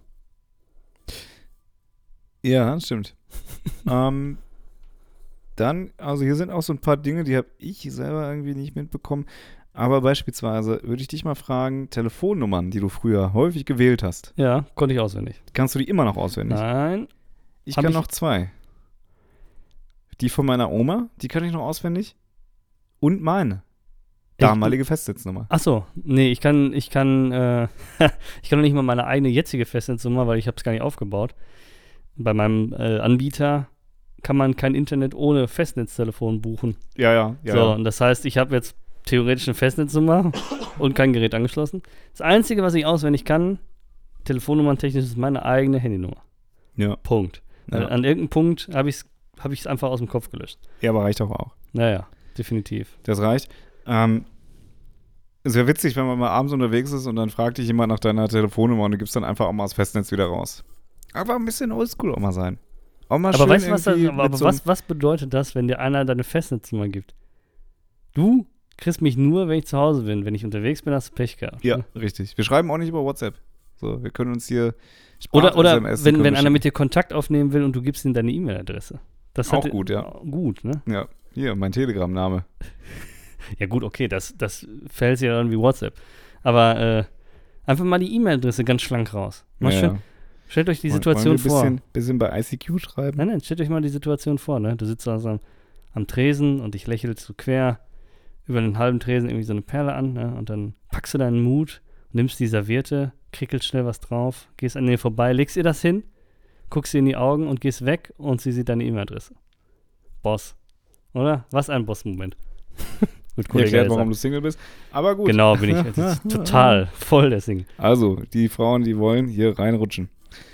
ja, stimmt. Dann, also hier sind auch so ein paar Dinge, die habe ich selber irgendwie nicht mitbekommen. Aber beispielsweise würde ich dich mal fragen, Telefonnummern, die du früher häufig gewählt hast. Ja, konnte ich auswendig. Kannst du die immer noch auswendig? Nein. Ich kann noch 2. Die von meiner Oma, die kann ich noch auswendig. Und meine. Damalige Festnetznummer. Achso, nee, ich kann noch nicht mal meine eigene jetzige Festnetznummer, weil ich habe es gar nicht aufgebaut. Bei meinem Anbieter kann man kein Internet ohne Festnetztelefon buchen. Ja. Und das heißt, ich habe jetzt theoretisch eine Festnetznummer und kein Gerät angeschlossen. Das Einzige, was ich auswendig kann, telefonnummern-technisch, ist meine eigene Handynummer. Ja. Punkt. Ja. An irgendeinem Punkt habe ich es einfach aus dem Kopf gelöscht. Ja, aber reicht doch auch. Naja, definitiv. Das reicht. Es wäre witzig, wenn man mal abends unterwegs ist und dann fragt dich jemand nach deiner Telefonnummer und du gibst dann einfach auch mal das Festnetz wieder raus. Aber ein bisschen oldschool auch mal sein. Auch mal aber schön weißt du, was bedeutet das, wenn dir einer deine Festnetznummer gibt? Du kriegst mich nur, wenn ich zu Hause bin. Wenn ich unterwegs bin, hast du Pech gehabt. Ja, Ne? richtig. Wir schreiben auch nicht über WhatsApp. So, wir können uns hier Oder Sprach-SMS wenn können wir einer schicken. mit dir Kontakt aufnehmen will und du gibst ihm deine E-Mail-Adresse. Das Auch gut, ja. Gut, ne? Ja, hier, mein Telegram-Name. Ja gut, okay, das fällt ja dann wie WhatsApp. Aber einfach mal die E-Mail-Adresse ganz schlank raus. Mal schön, stellt euch die Situation vor. Wollen wir ein bisschen bei ICQ schreiben? Nein, stellt euch mal die Situation vor, ne? Du sitzt also am Tresen und ich lächelst so quer über den halben Tresen irgendwie so eine Perle an, ne? Und dann packst du deinen Mut, nimmst die Serviette, krickelst schnell was drauf, gehst an ihr vorbei, legst ihr das hin, guckst ihr in die Augen und gehst weg und sie sieht deine E-Mail-Adresse. Boss. Oder? Was ein Boss-Moment. Gut, Kollege Erklärt, Elsa. warum du Single bist. Aber gut. Genau, bin ich. Das ist total voll der Single. Also, die Frauen, die wollen, hier reinrutschen.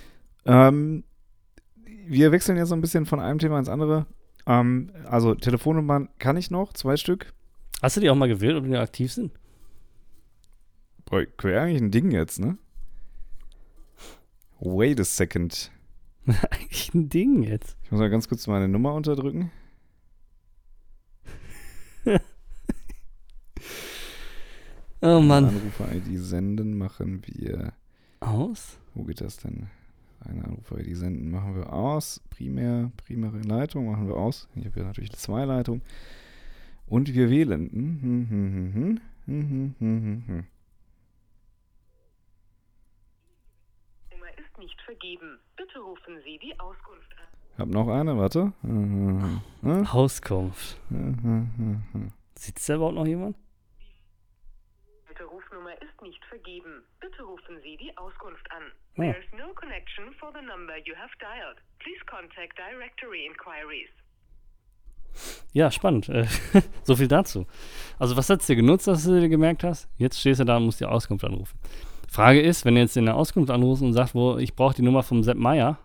Wir wechseln jetzt so ein bisschen von einem Thema ins andere. Also, Telefonnummern kann ich noch, 2 Stück. Hast du die auch mal gewählt, ob die aktiv sind? Boah, wäre eigentlich ein Ding jetzt, ne? Wait a second. Eigentlich ein Ding jetzt. Ich muss mal ganz kurz meine Nummer unterdrücken. Oh Mann. Anrufer-ID senden machen wir. Aus? Wo geht das denn? Eine Anrufer-ID senden machen wir aus. Primäre Leitung machen wir aus. Ich habe ja natürlich 2 Leitungen. Und wir wählen. Nummer ist nicht vergeben. Bitte rufen Sie die Auskunft an. Hab noch eine, warte. Auskunft. Sitzt da überhaupt noch jemand? Die Rufnummer ist nicht vergeben. Bitte rufen Sie die Auskunft an. Ah. There is no connection for the number you have dialed. Please contact directory inquiries. Ja, spannend. So viel dazu. Also was hat's dir genutzt, dass du dir gemerkt hast? Jetzt stehst du da und musst die Auskunft anrufen. Frage ist, wenn du jetzt in der Auskunft anrufst und sagst, ich brauche die Nummer vom Sepp Meier,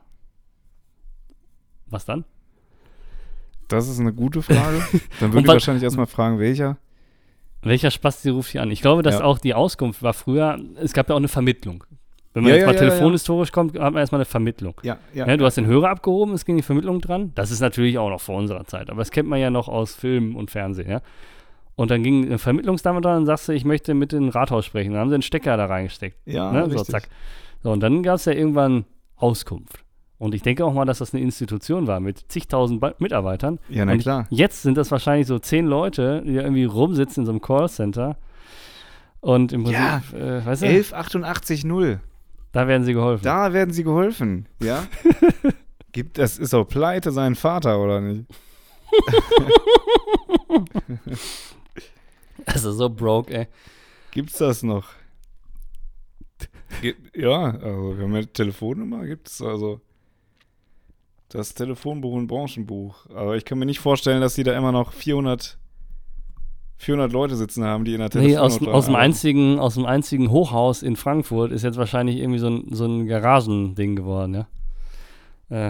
was dann? Das ist eine gute Frage. Dann würde Und ich was- wahrscheinlich erstmal fragen, welcher. Welcher Spasti ruft hier an? Ich glaube, dass Ja. auch die Auskunft war früher, es gab ja auch eine Vermittlung. Wenn man Ja, jetzt ja, mal ja, telefonhistorisch kommt, hat man erstmal eine Vermittlung. Ja. Ja, du hast den Hörer abgehoben, es ging die Vermittlung dran. Das ist natürlich auch noch vor unserer Zeit, aber das kennt man ja noch aus Film und Fernsehen, ja. Und dann ging eine Vermittlungsdame dran und sagst du, ich möchte mit dem Rathaus sprechen. Dann haben sie einen Stecker da reingesteckt. Ja, Ne? So, richtig. zack. So, und dann gab es ja irgendwann Auskunft. Und ich denke auch mal, dass das eine Institution war mit zigtausend Mitarbeitern. Ja, na Und klar. Jetzt sind das wahrscheinlich so 10 Leute, die da irgendwie rumsitzen in so einem Callcenter. Und im Prinzip, Ja, weißt du, 11880. da werden sie geholfen. Da werden sie geholfen, ja? Das ist doch pleite sein Vater, oder nicht? Das ist so broke, ey. Gibt's das noch? Ja, also wir haben ja Telefonnummer, gibt's also das Telefonbuch und Branchenbuch. Aber ich kann mir nicht vorstellen, dass die da immer noch 400 Leute sitzen haben, die in der Nee, Telefonhotline aus dem arbeiten. einzigen Hochhaus in Frankfurt ist jetzt wahrscheinlich irgendwie so ein Garagending geworden, ja.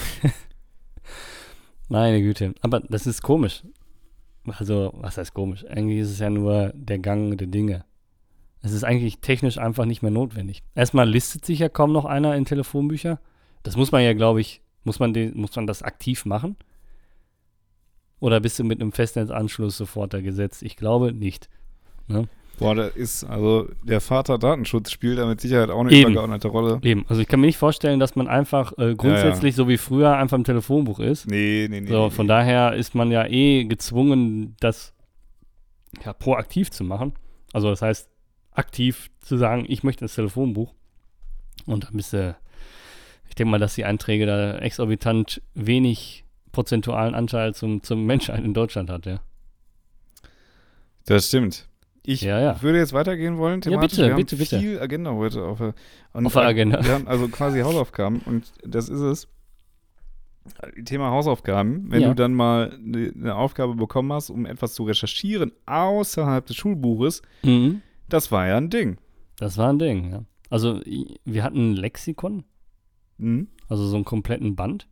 Meine Güte. Aber das ist komisch. Also, was heißt komisch? Eigentlich ist es ja nur der Gang der Dinge. Es ist eigentlich technisch einfach nicht mehr notwendig. Erstmal listet sich ja kaum noch einer in Telefonbücher. Das muss man ja, glaube ich, muss man das aktiv machen? Oder bist du mit einem Festnetzanschluss sofort da gesetzt? Ich glaube nicht. Ne? Boah, da ist, also der Vater Datenschutz spielt da mit Sicherheit auch eine Eben. übergeordnete Rolle. Eben. Also ich kann mir nicht vorstellen, dass man einfach grundsätzlich so wie früher einfach im Telefonbuch ist. Nee. So, von daher ist man ja gezwungen, das ja, proaktiv zu machen. Also das heißt, aktiv zu sagen, ich möchte das Telefonbuch. Und dann bist du, ich denke mal, dass die Einträge da exorbitant wenig prozentualen Anteil zum Menschheit in Deutschland hat, ja. Das stimmt. Ich Ja. würde jetzt weitergehen wollen, thematisch. bitte, wir haben bitte. viel Agenda heute auf der Agenda. Wir haben also quasi Hausaufgaben und das ist es. Thema Hausaufgaben, wenn Ja. du dann mal eine Aufgabe bekommen hast, um etwas zu recherchieren außerhalb des Schulbuches, Mhm. das war ja ein Ding. Das war ein Ding, ja. Also wir hatten ein Lexikon, Mhm. also so einen kompletten Band.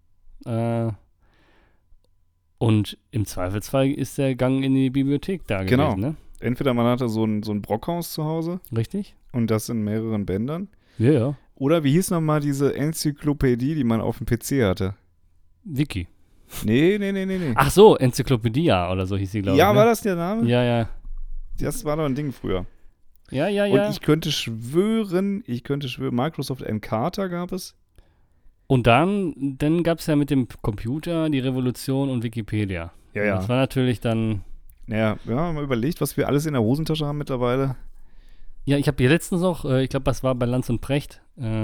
Und im Zweifelsfall ist der Gang in die Bibliothek da Genau. gewesen, ne? Entweder man hatte so ein Brockhaus zu Hause Richtig? und das in mehreren Bändern. Ja. Oder wie hieß nochmal diese Enzyklopädie, die man auf dem PC hatte? Wiki. Nee. Ach so, Enzyklopädia oder so hieß sie, glaube ich. Ja, ne? war das der Name? Ja. Das war doch ein Ding früher. Ja. Und ich könnte schwören, Microsoft Encarta gab es. Und dann gab es ja mit dem Computer die Revolution und Wikipedia. Ja. Das war natürlich dann. Naja, wir haben mal überlegt, was wir alles in der Hosentasche haben mittlerweile. Ja, ich habe hier letztens noch, ich glaube, das war bei Lanz und Precht,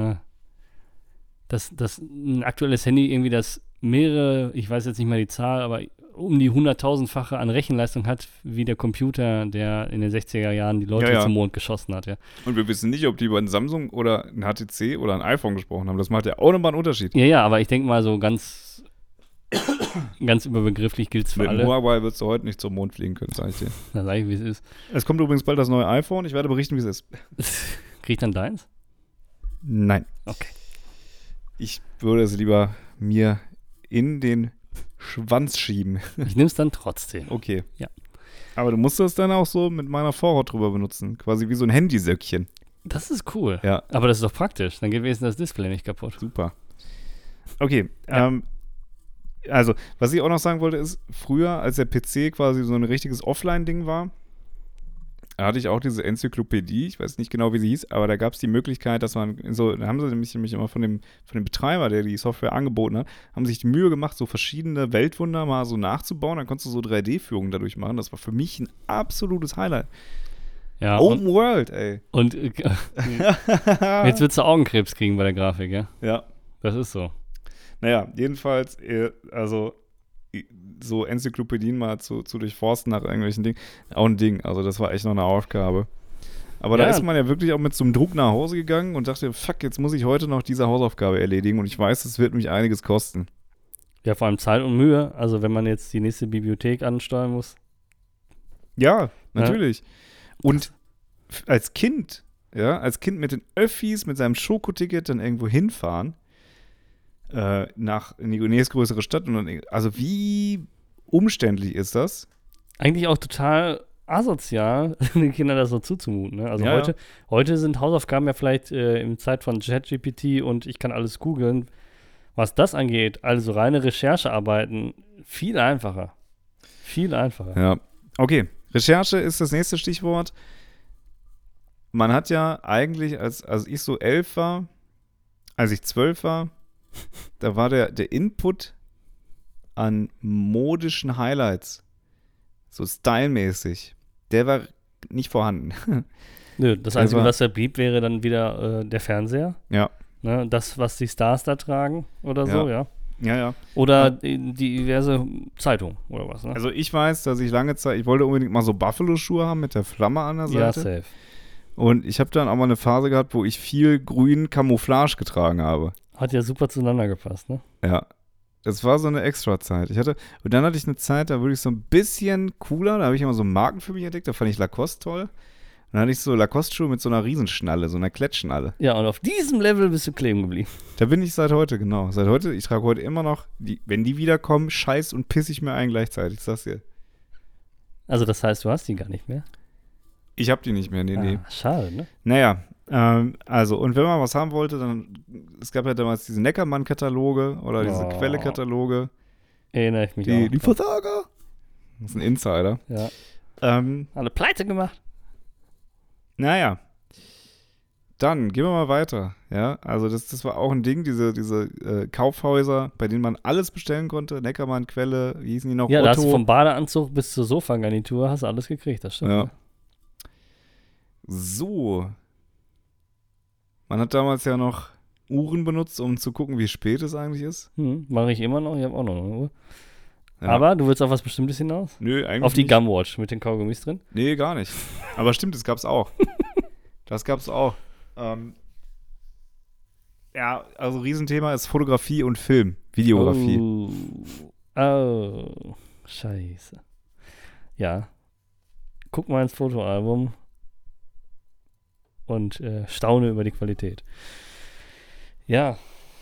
dass ein aktuelles Handy irgendwie das mehrere, ich weiß jetzt nicht mal die Zahl, aber um die 100.000-fache an Rechenleistung hat, wie der Computer, der in den 60er Jahren die Leute zum Mond geschossen hat, ja. Und wir wissen nicht, ob die über einen Samsung oder ein HTC oder ein iPhone gesprochen haben. Das macht ja auch nochmal einen Unterschied. Ja, aber ich denke mal so ganz überbegrifflich gilt es für Mit alle. Huawei würdest du heute nicht zum Mond fliegen können, sag ich dir. Dann sag ich, wie es ist. Es kommt übrigens bald das neue iPhone. Ich werde berichten, wie es ist. Krieg ich dann deins? Nein. Okay. Ich würde es lieber mir in den Schwanz schieben. Ich nehme es dann trotzdem. Okay. Ja. Aber du musst das dann auch so mit meiner Vorhaut drüber benutzen. Quasi wie so ein Handysöckchen. Das ist cool. Ja. Aber das ist doch praktisch. Dann geht wenigstens das Display nicht kaputt. Super. Okay. Ja. Also, was ich auch noch sagen wollte, ist, früher, als der PC quasi so ein richtiges Offline-Ding war, da hatte ich auch diese Enzyklopädie, ich weiß nicht genau, wie sie hieß, aber da gab es die Möglichkeit, dass man da haben sie nämlich immer von dem Betreiber, der die Software angeboten hat, haben sich die Mühe gemacht, so verschiedene Weltwunder mal so nachzubauen, dann konntest du so 3D-Führungen dadurch machen, das war für mich ein absolutes Highlight. Ja, Open World, ey. Und jetzt würdest du Augenkrebs kriegen bei der Grafik, ja? Ja. Das ist so. Naja, jedenfalls, also so Enzyklopädien mal zu durchforsten nach irgendwelchen Dingen, auch ein Ding. Also das war echt noch eine Aufgabe. Aber da ist man ja wirklich auch mit so einem Druck nach Hause gegangen und dachte, fuck, jetzt muss ich heute noch diese Hausaufgabe erledigen und ich weiß, es wird mich einiges kosten. Ja, vor allem Zeit und Mühe. Also wenn man jetzt die nächste Bibliothek ansteuern muss. Ja, natürlich. Und als Kind mit den Öffis, mit seinem Schokoticket dann irgendwo hinfahren, in die nächstgrößere Stadt. Und dann, also wie umständlich ist das? Eigentlich auch total asozial, den Kindern das so zuzumuten. Ne? Also Ja, heute sind Hausaufgaben ja vielleicht in Zeit von ChatGPT und ich kann alles googeln. Was das angeht, also reine Recherchearbeiten, viel einfacher. Viel einfacher. Ja, okay. Recherche ist das nächste Stichwort. Man hat ja eigentlich, als ich so 11 war, als ich 12 war, da war der Input an modischen Highlights, so stylmäßig, der war nicht vorhanden. Nö, das Einzige, was da blieb, wäre dann wieder der Fernseher. Ja. Ne, das, was die Stars da tragen oder so, ja. Ja. Oder diverse Zeitungen oder was, ne? Also ich weiß, dass ich lange Zeit, ich wollte unbedingt mal so Buffalo-Schuhe haben mit der Flamme an der Seite. Ja, safe. Und ich habe dann auch mal eine Phase gehabt, wo ich viel grün Camouflage getragen habe. Hat ja super zueinander gepasst, ne? Ja. Das war so eine Extra-Zeit. Und dann hatte ich eine Zeit, da wurde ich so ein bisschen cooler, da habe ich immer so Marken für mich entdeckt, da fand ich Lacoste toll. Dann hatte ich so Lacoste-Schuhe mit so einer Riesenschnalle, so einer Klettschnalle. Ja, und auf diesem Level bist du kleben geblieben. Da bin ich seit heute, genau. Ich trage heute immer noch, wenn die wiederkommen, scheiß und piss ich mir ein gleichzeitig, ich sag's dir. Also das heißt, du hast die gar nicht mehr? Ich hab die nicht mehr, nee. Schade, ne? Naja, also, und wenn man was haben wollte, dann, es gab ja damals diese Neckermann-Kataloge oder diese Quelle-Kataloge. Erinnere ich mich auch. Die Versager. Das ist ein Insider. Ja. Alle pleite gemacht. Naja. Dann gehen wir mal weiter. Ja, also das war auch ein Ding, diese Kaufhäuser, bei denen man alles bestellen konnte. Neckermann, Quelle, wie hießen die noch? Ja, Otto. da hast du vom Badeanzug bis zur Sofagarnitur hast du alles gekriegt, das stimmt. Ja. Ne? So. Man hat damals ja noch Uhren benutzt, um zu gucken, wie spät es eigentlich ist. Mache ich immer noch, ich habe auch noch eine Uhr. Ja. Aber du willst auf was Bestimmtes hinaus? Nö, eigentlich Auf die nicht. Gumwatch mit den Kaugummis drin? Nee, gar nicht. Aber stimmt, das gab's auch. Das gab's auch. Ja, also Riesenthema ist Fotografie und Film, Videografie. Oh, scheiße. Ja. Guck mal ins Fotoalbum und staune über die Qualität. Ja,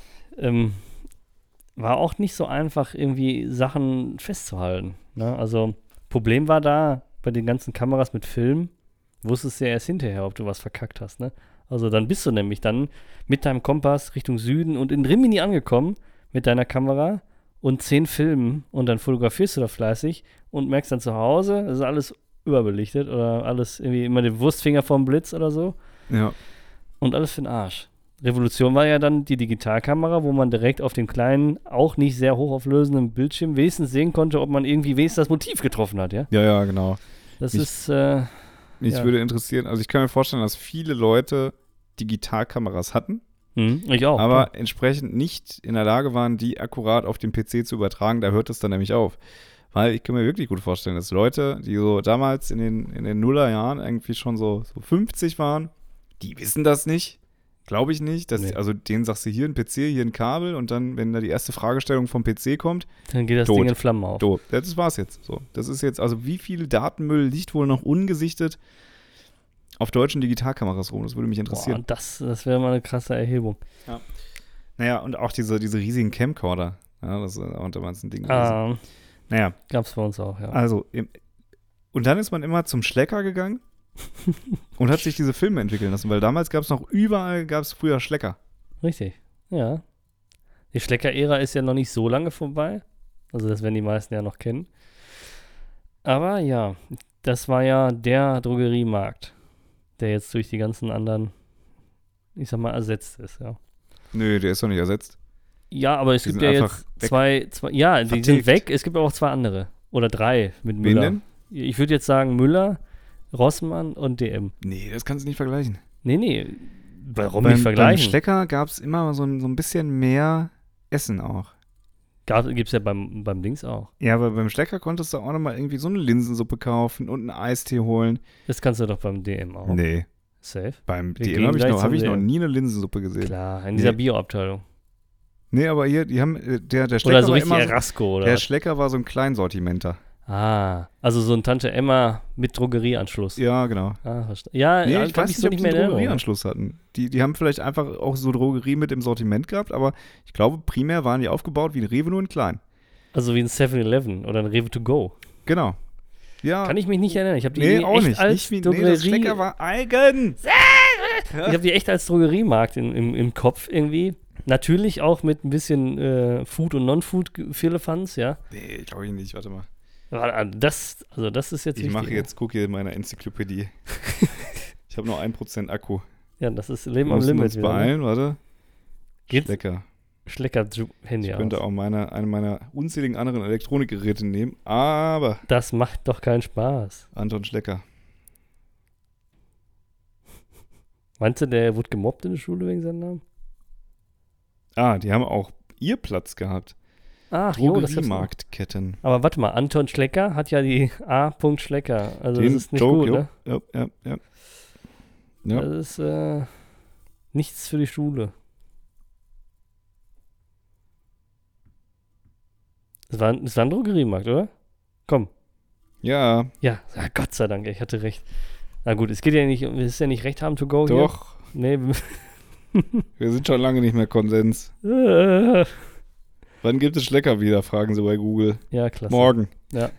war auch nicht so einfach, irgendwie Sachen festzuhalten. Ne? Also, Problem war da bei den ganzen Kameras mit Film, wusstest du ja erst hinterher, ob du was verkackt hast. Ne? Also, dann bist du nämlich dann mit deinem Kompass Richtung Süden und in Rimini angekommen mit deiner Kamera und 10 Filmen und dann fotografierst du da fleißig und merkst dann zu Hause, es ist alles überbelichtet oder alles irgendwie immer den Wurstfinger vom Blitz oder so Ja. und alles für den Arsch. Revolution war ja dann die Digitalkamera, wo man direkt auf dem kleinen, auch nicht sehr hochauflösenden Bildschirm wenigstens sehen konnte, ob man irgendwie wenigstens das Motiv getroffen hat, ja? Ja, genau. Das Mich- ist, Mich Ja. würde interessieren, also ich kann mir vorstellen, dass viele Leute Digitalkameras hatten, ich auch. aber entsprechend nicht in der Lage waren, die akkurat auf den PC zu übertragen. Da hört es dann nämlich auf. Weil ich kann mir wirklich gut vorstellen, dass Leute, die so damals in den Nullerjahren irgendwie schon so 50 waren, die wissen das nicht. Glaube ich nicht. Nee. Also denen sagst du hier ein PC, hier ein Kabel und dann, wenn da die erste Fragestellung vom PC kommt, Dann geht das tot. Ding in Flammen auf. so, das war's jetzt. So, das ist jetzt, also wie viel Datenmüll liegt wohl noch ungesichtet auf deutschen Digitalkameras rum? Das würde mich Boah, interessieren. das wäre mal eine krasse Erhebung. Naja, und auch diese riesigen Camcorder. Ja, das ist auch damals ein Ding gewesen. Naja, Gab's bei uns auch, ja. also, und dann ist man immer zum Schlecker gegangen und hat sich diese Filme entwickeln lassen, weil damals gab es noch überall, früher Schlecker. Richtig, ja. Die Schlecker-Ära ist ja noch nicht so lange vorbei. Also das werden die meisten ja noch kennen. Aber ja, das war ja der Drogeriemarkt, der jetzt durch die ganzen anderen, ich sag mal, ersetzt ist, ja. Nö, der ist doch nicht ersetzt. Ja, aber es Die gibt sind ja einfach jetzt weg. zwei, ja, die Vertilgt. sind weg. Es gibt aber auch 2 andere. Oder 3 mit Wen Müller. denn? Ich würde jetzt sagen Müller, Rossmann und DM. Nee, das kannst du nicht vergleichen. Nee, warum Beim nicht vergleichen? Beim Schlecker gab es immer so ein bisschen mehr Essen auch. Gibt's ja beim Dings auch. Ja, aber beim Schlecker konntest du auch nochmal irgendwie so eine Linsensuppe kaufen und einen Eistee holen. Das kannst du doch beim DM auch. Nee, Safe. beim Wir DM gehen habe ich, gleich noch, zum hab ich noch DM. nie eine Linsensuppe gesehen. Klar, in dieser Nee. Bio-Abteilung. Nee, aber hier, die haben, der Schlecker Oder so war richtig immer Erasco, oder der was? Schlecker war so ein Kleinsortimenter. Also so ein Tante Emma mit Drogerieanschluss. Ja, genau. Ja, Nee, hab ich weiß nicht, so ob die mehr einen in Erinnerung. Drogerieanschluss hatten. Die haben vielleicht einfach auch so Drogerie mit im Sortiment gehabt, aber ich glaube, primär waren die aufgebaut wie ein Rewe, nur in klein. Also wie ein 7-Eleven oder ein Rewe to go. Genau. Ja. Kann ich mich nicht erinnern. Ich habe die Nee, irgendwie auch echt nicht. als Nicht wie, nee, Drogerie, das Schlecker war eigen. ich habe die echt als Drogeriemarkt im Kopf irgendwie. Natürlich auch mit ein bisschen Food- und Non-Food-Firlefanz, ja. Nee, glaube ich nicht. Warte mal. Aber das ist jetzt Ich wichtig. mache jetzt, gucke hier in meiner Enzyklopädie. Ich habe nur 1% Akku. Ja, das ist Wir Leben am müssen Limit. uns wieder, ne? beeilen, warte. Geht's? Schlecker. Schlecker-Handy Ich aus. könnte auch eine meiner unzähligen anderen Elektronikgeräte nehmen, aber Das macht doch keinen Spaß. Anton Schlecker. Meinst du, der wurde gemobbt in der Schule wegen seinem Namen? Ah, die haben auch ihr Platz gehabt. Ach, jo, das ist Drogeriemarktketten. Aber warte mal, Anton Schlecker hat ja die A. Schlecker. Also Den das ist nicht Joke, gut, jo. ne? Ja. Ja. Das ist nichts für die Schule. Das war ein Drogeriemarkt, oder? Komm. Ja, Ja, Gott sei Dank, ich hatte recht. Na gut, es geht ja nicht, es ist ja nicht Recht haben to go doch. hier. Nee, Wir sind schon lange nicht mehr Konsens. Wann gibt es Schlecker wieder, fragen sie bei Google. ja, klasse. Morgen. Ja.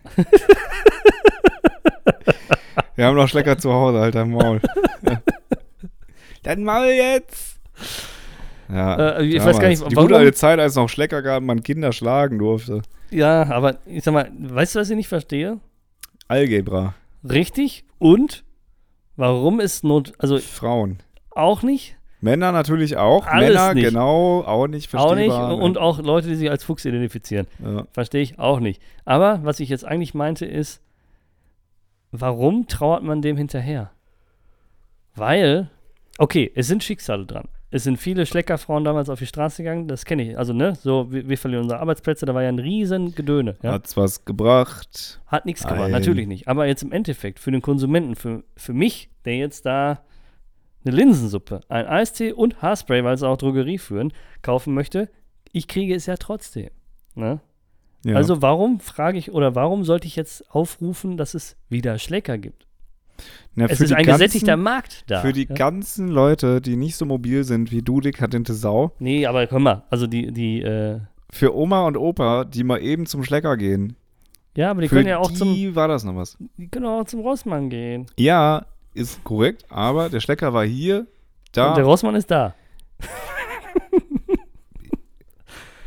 Wir haben noch Schlecker zu Hause, alter Maul. Ja. Dann Maul jetzt! Ja, Ich weiß damals. gar nicht, Die warum- gute alte Zeit, als es noch Schlecker gab, man Kinder schlagen durfte. Ja, aber ich sag mal, weißt du, was ich nicht verstehe? Algebra. Richtig. Und warum ist also Frauen. auch nicht, Männer natürlich auch. Alles Männer, nicht. genau, auch nicht auch verstehbar. nicht und auch Leute, die sich als Fuchs identifizieren. Ja. Verstehe ich auch nicht. Aber was ich jetzt eigentlich meinte ist, warum trauert man dem hinterher? Weil, okay, es sind Schicksale dran. Es sind viele Schleckerfrauen damals auf die Straße gegangen, das kenne ich. Also, ne, so, wir verlieren unsere Arbeitsplätze, da war ja ein riesen Gedöne. Ja? Hat's was gebracht? Hat nichts gemacht, Nein. natürlich nicht. Aber jetzt im Endeffekt, für den Konsumenten, für mich, der jetzt da eine Linsensuppe, ein Eistee und Haarspray, weil sie auch Drogerie führen, kaufen möchte, ich kriege es ja trotzdem. Ne? Ja. Also warum sollte ich jetzt aufrufen, dass es wieder Schlecker gibt? Na, Es für ist die ein ganzen- gesättigter Markt da. Für die ja? ganzen Leute, die nicht so mobil sind wie du, dekadente Sau. Nee, aber komm mal, also Für Oma und Opa, die mal eben zum Schlecker gehen. ja, aber die für können ja auch die war das noch was. zum Rossmann gehen. Ja, ist korrekt, aber der Schlecker war hier, da. Und der Rossmann ist da.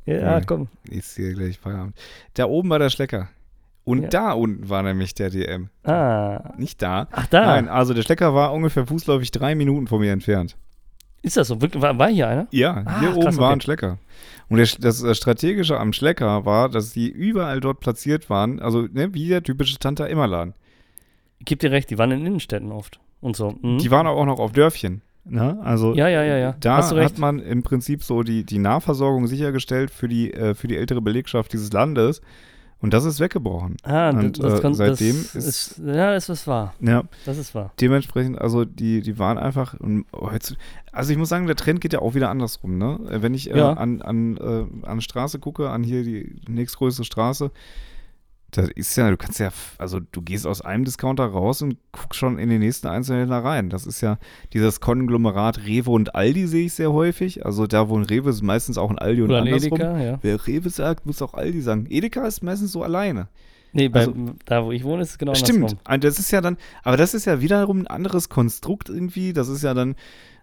Ja, komm. Ist hier gleich Feierabend. Da oben war der Schlecker. Und da unten war nämlich der DM. Nicht da. Ach, da. Nein, also der Schlecker war ungefähr fußläufig 3 Minuten von mir entfernt. Ist das so? War hier einer? Ja, hier krass, oben war okay. ein Schlecker. Und das Strategische am Schlecker war, dass die überall dort platziert waren, also wie der typische Tante-Emma-Laden. Ich geb dir recht, die waren in Innenstädten oft und so. Mhm. Die waren auch noch auf Dörfchen. Ne? Also Ja. da Hast du recht. hat man im Prinzip so die Nahversorgung sichergestellt für die ältere Belegschaft dieses Landes. Und das ist weggebrochen. Und seitdem ist was wahr. Ja, Das ist wahr. dementsprechend, also die waren einfach, also ich muss sagen, der Trend geht ja auch wieder andersrum, ne? Wenn ich an Straße gucke, an hier die nächstgrößte Straße, das ist ja, du gehst aus einem Discounter raus und guckst schon in den nächsten Einzelhändler rein. Das ist ja dieses Konglomerat Rewe und Aldi sehe ich sehr häufig. Also da, wo ein Rewe ist, meistens auch ein Aldi und Oder ein andersrum. Edeka, ja. Wer Rewe sagt, muss auch Aldi sagen. Edeka ist meistens so alleine. Nee, da wo ich wohne, ist es genau Stimmt, das ist ja dann, aber das ist ja wiederum ein anderes Konstrukt irgendwie. Das ist ja dann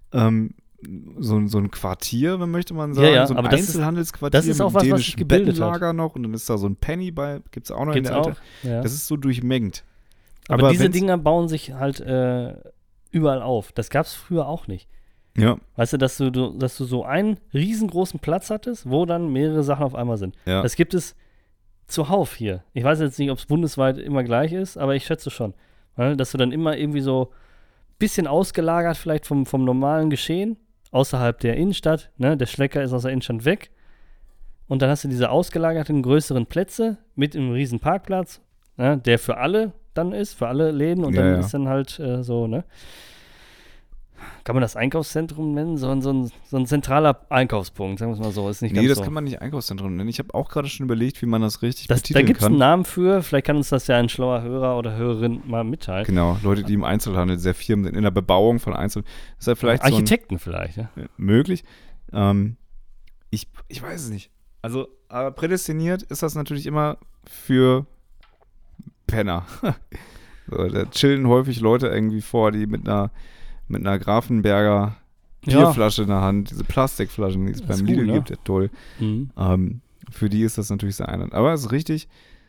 so ein Quartier, möchte man sagen, Ja, so ein aber Einzelhandelsquartier das ist auch mit was dänischen sich gebildet hat. Bettenlager noch und dann ist da so ein Penny bei, gibt's auch noch Gibt's in der auch, Alte. ja. Das ist so durchmengt. Aber diese wenn's- Dinger bauen sich halt überall auf. Das gab es früher auch nicht. Ja, Weißt du, dass du so einen riesengroßen Platz hattest, wo dann mehrere Sachen auf einmal sind. ja. Das gibt es zuhauf hier. Ich weiß jetzt nicht, ob es bundesweit immer gleich ist, aber ich schätze schon. Weil, dass du dann immer irgendwie so ein bisschen ausgelagert vielleicht vom normalen Geschehen, außerhalb der Innenstadt, ne? Der Schlecker ist aus der Innenstadt weg. Und dann hast du diese ausgelagerten größeren Plätze mit einem riesen Parkplatz, ne? Der für alle dann ist, für alle Läden. Und dann ist dann halt so, ne? Kann man das Einkaufszentrum nennen? So ein zentraler Einkaufspunkt, sagen wir es mal so. Ist nicht ganz Das so. kann man nicht Einkaufszentrum nennen. Ich habe auch gerade schon überlegt, wie man das richtig Da betiteln gibt es einen kann. Namen für, vielleicht kann uns das ja ein schlauer Hörer oder Hörerin mal mitteilen. Genau, Leute, die im Einzelhandel sehr firmen sind, in der Bebauung von Einzelhandel. Ist ja vielleicht Architekten vielleicht, ja. möglich. Ich weiß es nicht. Also, aber prädestiniert ist das natürlich immer für Penner. So, da chillen häufig Leute irgendwie vor, die mit einer Grafenberger Bierflasche in der Hand, diese Plastikflaschen, die es beim ist Lidl cool, ne? gibt, ja toll. Mhm. Für die ist das natürlich sehr einladend. Aber es ist richtig,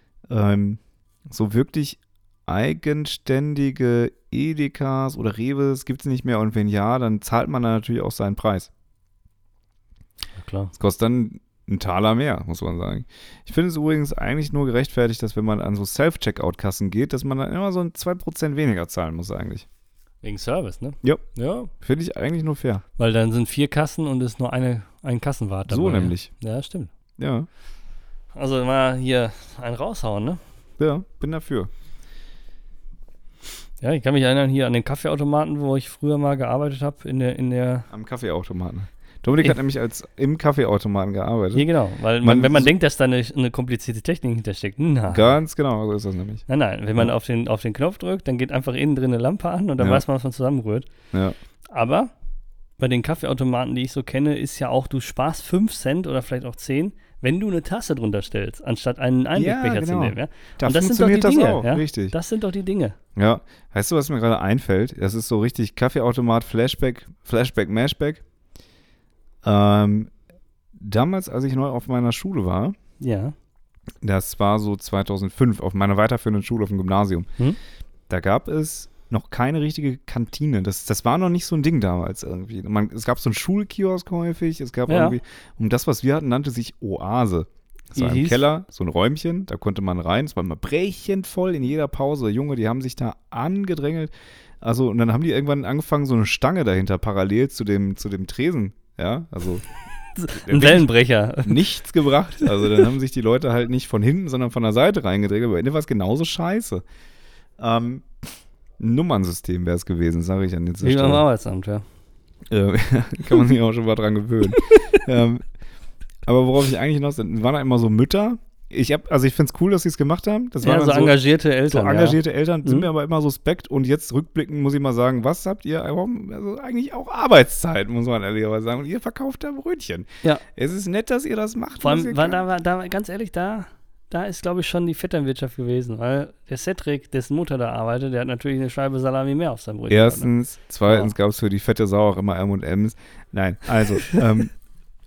so wirklich eigenständige Edekas oder Rewes gibt es nicht mehr. Und wenn ja, dann zahlt man da natürlich auch seinen Preis. Ja, klar. Es kostet dann einen Taler mehr, muss man sagen. Ich finde es übrigens eigentlich nur gerechtfertigt, dass wenn man an so Self-Checkout-Kassen geht, dass man dann immer so ein 2% weniger zahlen muss eigentlich. Wegen Service, ne? Ja. Ja. Finde ich eigentlich nur fair. Weil dann sind 4 Kassen und ist nur ein Kassenwart dabei. So nämlich. Ja, stimmt. Ja. Also mal hier einen raushauen, ne? Ja, bin dafür. Ja, ich kann mich erinnern hier an den Kaffeeautomaten, wo ich früher mal gearbeitet habe in der Am Kaffeeautomaten. Dominik hat nämlich im Kaffeeautomaten gearbeitet. Hier genau, weil wenn man denkt, dass da eine komplizierte Technik hintersteckt, Ganz genau, so ist das nämlich. Nein, wenn man auf den Knopf drückt, dann geht einfach innen drin eine Lampe an und dann weiß man, was man zusammenrührt. Ja. Aber bei den Kaffeeautomaten, die ich so kenne, ist ja auch, du sparst 5 Cent oder vielleicht auch 10, wenn du eine Tasse drunter stellst, anstatt einen Einwegbecher zu nehmen. Ja? Da und das sind doch die funktioniert das Dinge. auch, Ja? richtig. Das sind doch die Dinge. Ja, weißt du, was mir gerade einfällt? Das ist so richtig Kaffeeautomat, Flashback, Mashback. Damals, als ich neu auf meiner Schule war, Ja. das war so 2005, auf meiner weiterführenden Schule auf dem Gymnasium, da gab es noch keine richtige Kantine. Das war noch nicht so ein Ding damals irgendwie. Es gab so einen Schulkiosk häufig, es gab irgendwie, und das, was wir hatten, nannte sich Oase. Das war im Keller, so ein Räumchen, da konnte man rein, es war immer brechend voll in jeder Pause. Junge, die haben sich da angedrängelt. Also, und dann haben die irgendwann angefangen, so eine Stange dahinter parallel zu dem Tresen, ja, also ein Wellenbrecher. nichts gebracht. Also dann haben sich die Leute halt nicht von hinten, sondern von der Seite reingedreht. Aber am Ende war es genauso scheiße. Ein Nummernsystem wäre es gewesen, sage ich an dieser Wie beim Stelle. Arbeitsamt, ja. Kann man sich auch schon mal dran gewöhnen. Aber worauf ich eigentlich noch, waren da immer so Mütter. Ich finde es cool, dass sie es gemacht haben. Das waren so dann engagierte Eltern. so engagierte Eltern sind mir aber immer suspekt. Und jetzt rückblickend muss ich mal sagen, was habt ihr? Also eigentlich auch Arbeitszeit, muss man ehrlicherweise sagen. Und ihr verkauft da Brötchen. Ja. Es ist nett, dass ihr das macht. Vor allem, da ganz ehrlich, da ist, glaube ich, schon die Vetternwirtschaft gewesen. Weil der Cedric, dessen Mutter da arbeitet, der hat natürlich eine Scheibe Salami mehr auf seinem Brötchen. Erstens, zweitens gab es für die fette Sau auch immer M&M's. Nein, also,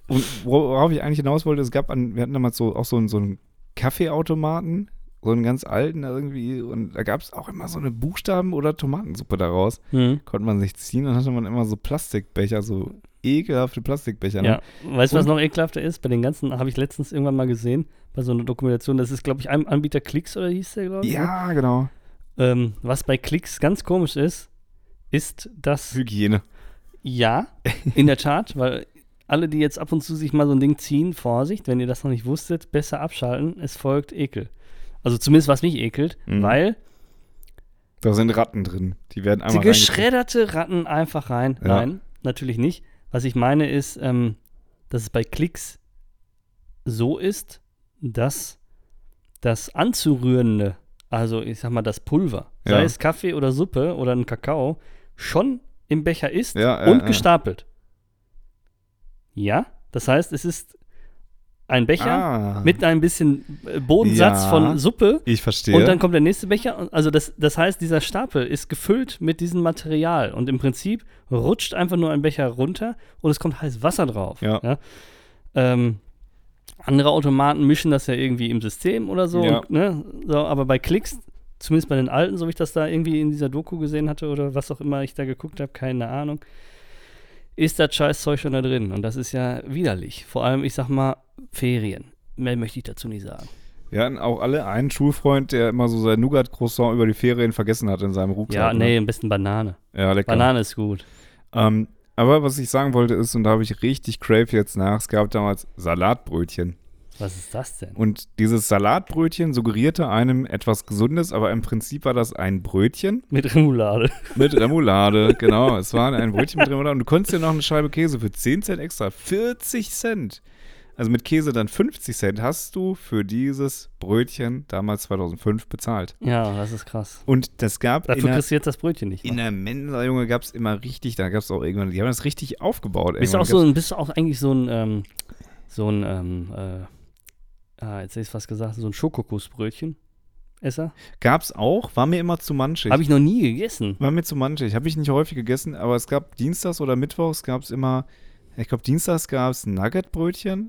Und worauf ich eigentlich hinaus wollte, wir hatten damals so einen Kaffeeautomaten, so einen ganz alten irgendwie, und da gab es auch immer so eine Buchstaben- oder Tomatensuppe daraus. Konnte man sich ziehen, dann hatte man immer so Plastikbecher, so ekelhafte Plastikbecher. Ne? Ja, weißt du, was noch ekelhafter ist? Bei den ganzen, habe ich letztens irgendwann mal gesehen, bei so einer Dokumentation, das ist, glaube ich, ein Anbieter Klicks, oder hieß der, glaube ich? Ja, genau. Was bei Klicks ganz komisch ist das... Hygiene. Ja, in der Tat, weil alle, die jetzt ab und zu sich mal so ein Ding ziehen, Vorsicht, wenn ihr das noch nicht wusstet, besser abschalten, es folgt Ekel. Also zumindest was mich ekelt, weil... Da sind Ratten drin, die werden einmal geschredderte Ratten einfach rein. Ja. Nein, natürlich nicht. Was ich meine ist, dass es bei Klicks so ist, dass das Anzurührende, also ich sag mal das Pulver, sei es Kaffee oder Suppe oder ein Kakao, schon im Becher ist und gestapelt. Ja, das heißt, es ist ein Becher mit ein bisschen Bodensatz von Suppe. Ich verstehe. Und dann kommt der nächste Becher. Also das heißt, dieser Stapel ist gefüllt mit diesem Material. Und im Prinzip rutscht einfach nur ein Becher runter und es kommt heißes Wasser drauf. Ja. Andere Automaten mischen das ja irgendwie im System oder so. Ja. Und, so, aber bei Klicks, zumindest bei den alten, so wie ich das da irgendwie in dieser Doku gesehen hatte oder was auch immer ich da geguckt habe, keine Ahnung, ist das Scheißzeug schon da drin. Und das ist ja widerlich. Vor allem, ich sag mal, Ferien. Mehr möchte ich dazu nicht sagen. Wir hatten auch alle einen Schulfreund, der immer so sein Nougat-Croissant über die Ferien vergessen hat in seinem Rucksack. Ja, nee, am besten Banane. Ja, lecker. Banane ist gut. Aber was ich sagen wollte ist, und da habe ich richtig Crave jetzt nach, es gab damals Salatbrötchen. Was ist das denn? Und dieses Salatbrötchen suggerierte einem etwas Gesundes, aber im Prinzip war das ein Brötchen. Mit Remoulade. Mit Remoulade, genau. Es war ein Brötchen mit Remoulade. Und du konntest dir noch eine Scheibe Käse für 10 Cent extra, 40 Cent. Also mit Käse dann 50 Cent hast du für dieses Brötchen damals 2005 bezahlt. Ja, das ist krass. Und das gab dafür kriegst du jetzt das Brötchen nicht. In der Mensa, Junge, gab es immer richtig, da gab es auch irgendwann, die haben das richtig aufgebaut. Bist du auch eigentlich so ein jetzt hätte ich fast gesagt, so ein Schokokussbrötchen. Esser? Gab's auch, war mir immer zu manchig. Habe ich noch nie gegessen. War mir zu manchig, habe ich nicht häufig gegessen, aber es gab dienstags oder mittwochs gab es immer, ich glaube dienstags gab es Nuggetbrötchen.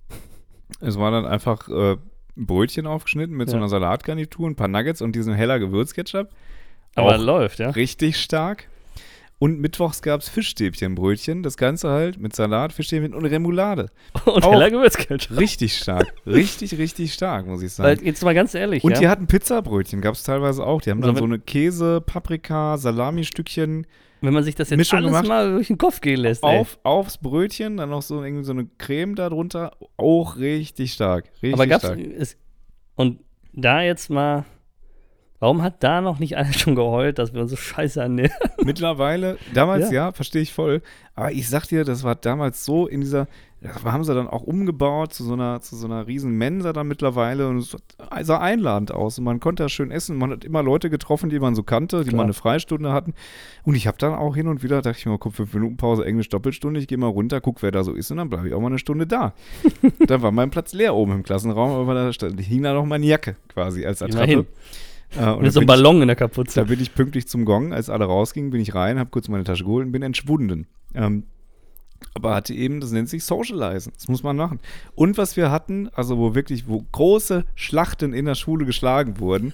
Es war dann einfach ein Brötchen aufgeschnitten mit so einer Salatgarnitur, ein paar Nuggets und diesem heller Gewürzketchup. Aber auch läuft, ja. Richtig stark. Und mittwochs gab es Fischstäbchenbrötchen, das Ganze halt mit Salat, Fischstäbchen und Remoulade. Und heller Gewürzketchup. Richtig stark. Richtig stark, muss ich sagen. Weil, jetzt mal ganz ehrlich, und die hatten Pizzabrötchen, gab es teilweise auch. Die haben dann Also so eine Käse, Paprika, Salami-Stückchen. Wenn man sich das jetzt Mischung alles gemacht, mal durch den Kopf gehen lässt, aufs Brötchen, dann noch so irgendwie so eine Creme da drunter. Auch richtig stark. Richtig aber gab's stark. Und da jetzt mal, warum hat da noch nicht einer schon geheult, dass wir uns so scheiße ernähren? Mittlerweile, damals ja, verstehe ich voll. Aber ich sag dir, das war damals so in dieser, das haben sie dann auch umgebaut zu so einer riesen Mensa dann mittlerweile und es sah einladend aus und man konnte da schön essen. Man hat immer Leute getroffen, die man so kannte, die mal eine Freistunde hatten. Und ich habe dann auch hin und wieder, dachte ich mir, komm, 5 Minuten Pause, Englisch Doppelstunde, ich gehe mal runter, guck, wer da so ist und dann bleibe ich auch mal eine Stunde da. Dann war mein Platz leer oben im Klassenraum, aber da hing da noch meine Jacke quasi als Attrappe. Und mit so einem Ballon in der Kapuze. Da bin ich pünktlich zum Gong, als alle rausgingen, bin ich rein, habe kurz meine Tasche geholt und bin entschwunden. Aber hatte eben, das nennt sich Socializen. Das muss man machen. Und was wir hatten, also wo große Schlachten in der Schule geschlagen wurden,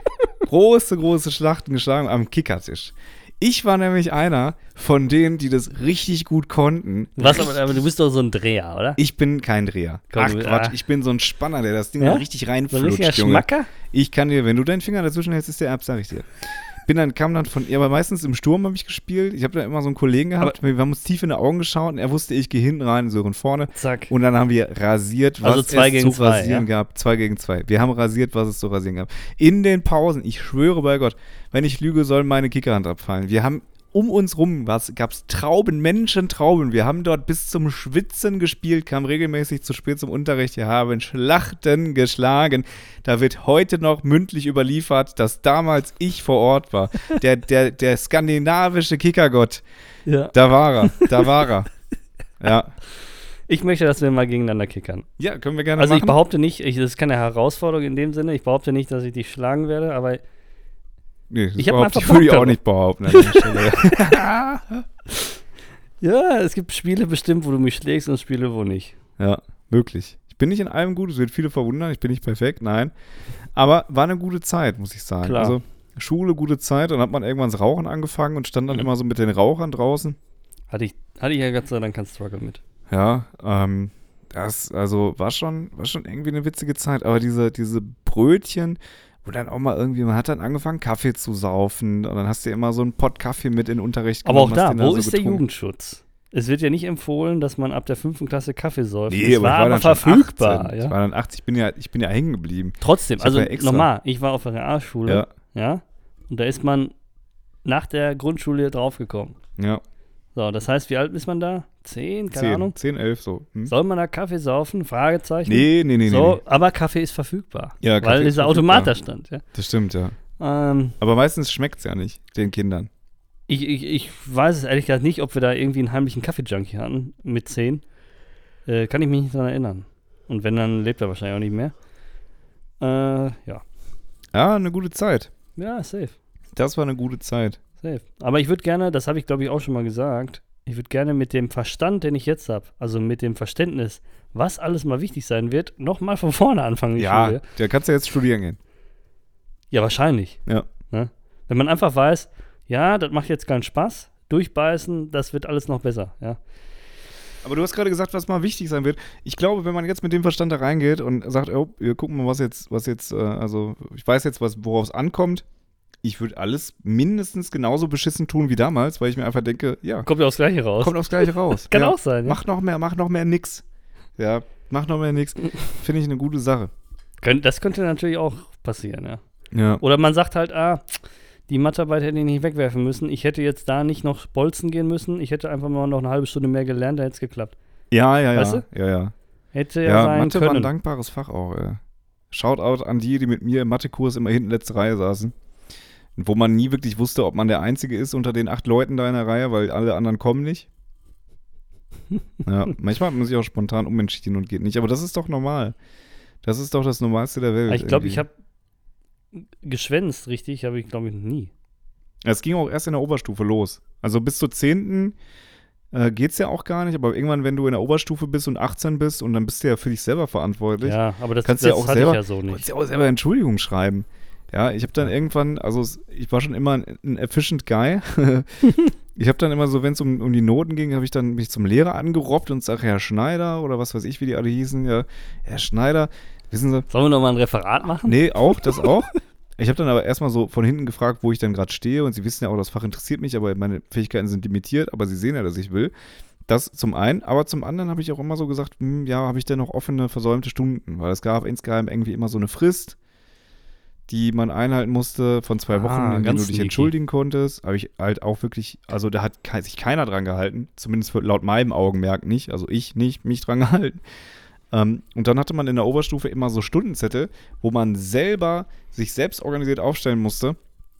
große Schlachten geschlagen am Kickertisch. Ich war nämlich einer von denen, die das richtig gut konnten. Was, aber du bist doch so ein Dreher, oder? Ich bin kein Dreher. Ach Quatsch, ich bin so ein Spanner, der das Ding richtig reinflutscht, so Junge. Ich kann dir, wenn du deinen Finger dazwischen hältst, ist der ab, sag ich dir. Aber meistens im Sturm habe ich gespielt. Ich habe da immer so einen Kollegen gehabt, wir haben uns tief in die Augen geschaut und er wusste, ich gehe hinten rein, Sören vorne. Zack. Und dann haben wir rasiert, was also 2 es gegen zu rasieren 2, gab. 2 gegen 2. Wir haben rasiert, was es zu rasieren gab. In den Pausen, ich schwöre bei Gott, wenn ich lüge, soll meine Kickerhand abfallen. Wir haben um uns rum gab es Trauben. Wir haben dort bis zum Schwitzen gespielt, kamen regelmäßig zu spät zum Unterricht. Wir haben Schlachten geschlagen. Da wird heute noch mündlich überliefert, dass damals ich vor Ort war. Der skandinavische Kickergott. Ja. Da war er. Ja. Ich möchte, dass wir mal gegeneinander kickern. Ja, können wir gerne machen. Also ich behaupte nicht, das ist keine Herausforderung in dem Sinne, ich behaupte nicht, dass ich dich schlagen werde, aber nee, ich habe einfach würde ich auch nicht behaupten. An der Stelle. Ja, es gibt Spiele bestimmt, wo du mich schlägst und Spiele, wo nicht. Ja, wirklich. Ich bin nicht in allem gut, es wird viele verwundern, ich bin nicht perfekt, nein. Aber war eine gute Zeit, muss ich sagen. Klar. Also Schule, gute Zeit, dann hat man irgendwann das Rauchen angefangen und stand dann immer so mit den Rauchern draußen. Hatte ich ja Gott sei Dank keinen Struggle mit. Ja, das also war schon irgendwie eine witzige Zeit. Aber diese Brötchen, wo dann auch mal irgendwie, man hat dann angefangen, Kaffee zu saufen und dann hast du immer so einen Pott Kaffee mit in den Unterricht Aber auch genommen, hast da, den wo so ist der getrunken. Jugendschutz? Es wird ja nicht empfohlen, dass man ab der 5. Klasse Kaffee säuft. Nee, es war aber dann schon verfügbar. 18. Ja? Ich war dann 80, ich bin ja hängen geblieben. Trotzdem, Ich hab also ja extra- nochmal, ich war auf der Realschule, Ja, ja, und da ist man nach der Grundschule draufgekommen. ja. So, das heißt, wie alt ist man da? 10, keine Ahnung. 10, 11 so. Hm? Soll man da Kaffee saufen? Fragezeichen. Nee. So, Nee. aber Kaffee ist verfügbar. Ja, Kaffee weil ist dieser verfügbar. Automat da stand. Ja. Das stimmt, ja. Ähm, Aber meistens schmeckt es ja nicht, den Kindern. ich weiß es ehrlich gesagt nicht, ob wir da irgendwie einen heimlichen Kaffee-Junkie hatten mit 10. Kann ich mich nicht daran erinnern. Und wenn, dann lebt er wahrscheinlich auch nicht mehr. Ja. Ja, eine gute Zeit. Ja, safe. Das war eine gute Zeit. Safe. Aber ich würde gerne, das habe ich glaube ich auch schon mal gesagt, ich würde gerne mit dem Verstand, den ich jetzt habe, also mit dem Verständnis, was alles mal wichtig sein wird, nochmal von vorne anfangen. Die Ja, Schule. da kannst du jetzt studieren gehen. Ja, wahrscheinlich. Ja. Ne? Wenn man einfach weiß, ja, das macht jetzt keinen Spaß, durchbeißen, das wird alles noch besser. Ja. Aber du hast gerade gesagt, was mal wichtig sein wird. Ich glaube, wenn man jetzt mit dem Verstand da reingeht und sagt, oh, wir gucken mal, was jetzt, also ich weiß jetzt, worauf es ankommt. Ich würde alles mindestens genauso beschissen tun wie damals, weil ich mir einfach denke, ja, Kommt ja aufs Gleiche raus. kommt aufs Gleiche raus. Kann ja. auch sein. Ja. Mach noch mehr nix. Ja, mach noch mehr nix. Finde ich eine gute Sache. Das könnte natürlich auch passieren, ja. Ja. Oder man sagt halt, die Mathearbeit hätte ich nicht wegwerfen müssen. Ich hätte jetzt da nicht noch bolzen gehen müssen. Ich hätte einfach mal noch eine halbe Stunde mehr gelernt, da hätte es geklappt. Ja. Weißt du? Ja. Hätte ja Ja, sein Mathe war ein können. dankbares Fach auch, ey. Shoutout an die mit mir im Mathekurs immer hinten letzte Reihe saßen. Und wo man nie wirklich wusste, ob man der Einzige ist unter den 8 Leuten da in der Reihe, weil alle anderen kommen nicht. Ja, manchmal hat man sich auch spontan umentschieden und geht nicht. Aber das ist doch normal. Das ist doch das Normalste der Welt. Ich glaube, ich irgendwie. habe geschwänzt, richtig, habe ich glaube ich nie. Es ging auch erst in der Oberstufe los. Also bis zur 10. Geht's ja auch gar nicht. Aber irgendwann, wenn du in der Oberstufe bist und 18 bist und dann bist du ja für dich selber verantwortlich. Ja, aber das kannst du ja auch hatte selber, ich ja so Du nicht. kannst ja auch selber Entschuldigung schreiben. Ja, ich habe dann irgendwann, also ich war schon immer ein efficient Guy. Ich habe dann immer so, wenn es um die Noten ging, habe ich dann mich zum Lehrer angerobbt und sage, Herr Schneider oder was weiß ich, wie die alle hießen. Ja, Herr Schneider, wissen Sie, Sollen wir noch mal ein Referat machen? nee, das auch. Ich habe dann aber erstmal so von hinten gefragt, wo ich dann gerade stehe und Sie wissen ja auch, das Fach interessiert mich, aber meine Fähigkeiten sind limitiert, aber Sie sehen ja, dass ich will. Das zum einen, aber zum anderen habe ich auch immer so gesagt, ja, habe ich denn noch offene, versäumte Stunden? Weil es gab insgeheim irgendwie immer so eine Frist, die man einhalten musste von 2 Wochen, in denen ganz du dich sneaky. entschuldigen konntest. Habe ich halt auch wirklich, also da hat sich keiner dran gehalten, zumindest laut meinem Augenmerk nicht, also ich nicht mich dran gehalten. Und dann hatte man in der Oberstufe immer so Stundenzettel, wo man sich selbst organisiert aufstellen musste,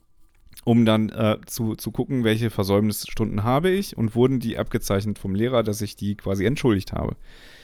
um dann zu gucken, welche Versäumnisstunden habe ich und wurden die abgezeichnet vom Lehrer, dass ich die quasi entschuldigt habe.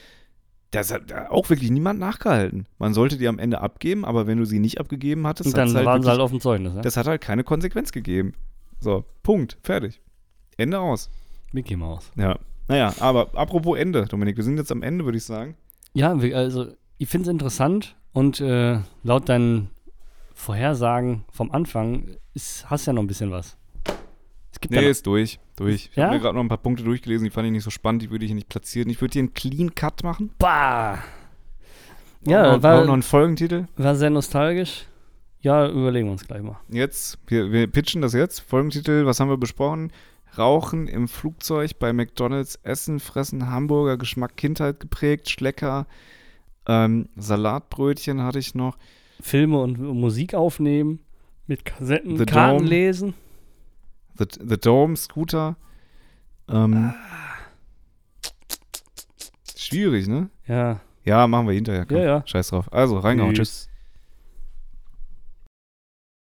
Das hat auch wirklich niemand nachgehalten. Man sollte die am Ende abgeben, aber wenn du sie nicht abgegeben hattest, Und dann hat's halt waren sie wirklich, halt auf dem Zeugnis. Ne? das hat halt keine Konsequenz gegeben. So, Punkt, fertig. Ende aus. Mickey Mouse. Ja. Naja, aber apropos Ende, Dominik, wir sind jetzt am Ende, würde ich sagen. Ja, also ich finde es interessant und laut deinen Vorhersagen vom Anfang hast du ja noch ein bisschen was. Es gibt ja Nee, noch, ist durch. Ich Ja? habe mir gerade noch ein paar Punkte durchgelesen, die fand ich nicht so spannend, die würde ich hier nicht platzieren. Ich würde hier einen Clean Cut machen. bah! Auch Ja, noch einen Folgentitel. war sehr nostalgisch. Ja, überlegen wir uns gleich mal. Jetzt, wir pitchen das jetzt. Folgentitel, was haben wir besprochen? Rauchen im Flugzeug, bei McDonalds, Essen, Fressen, Hamburger, Geschmack, Kindheit geprägt, Schlecker, Salatbrötchen hatte ich noch. Filme und Musik aufnehmen, mit Kassetten, The Karten Dome. lesen. The Dome, Scooter. Schwierig, ne? Ja. Ja, machen wir hinterher. Komm. Ja. Scheiß drauf. Also, reingehauen. Tschüss. Tschüss.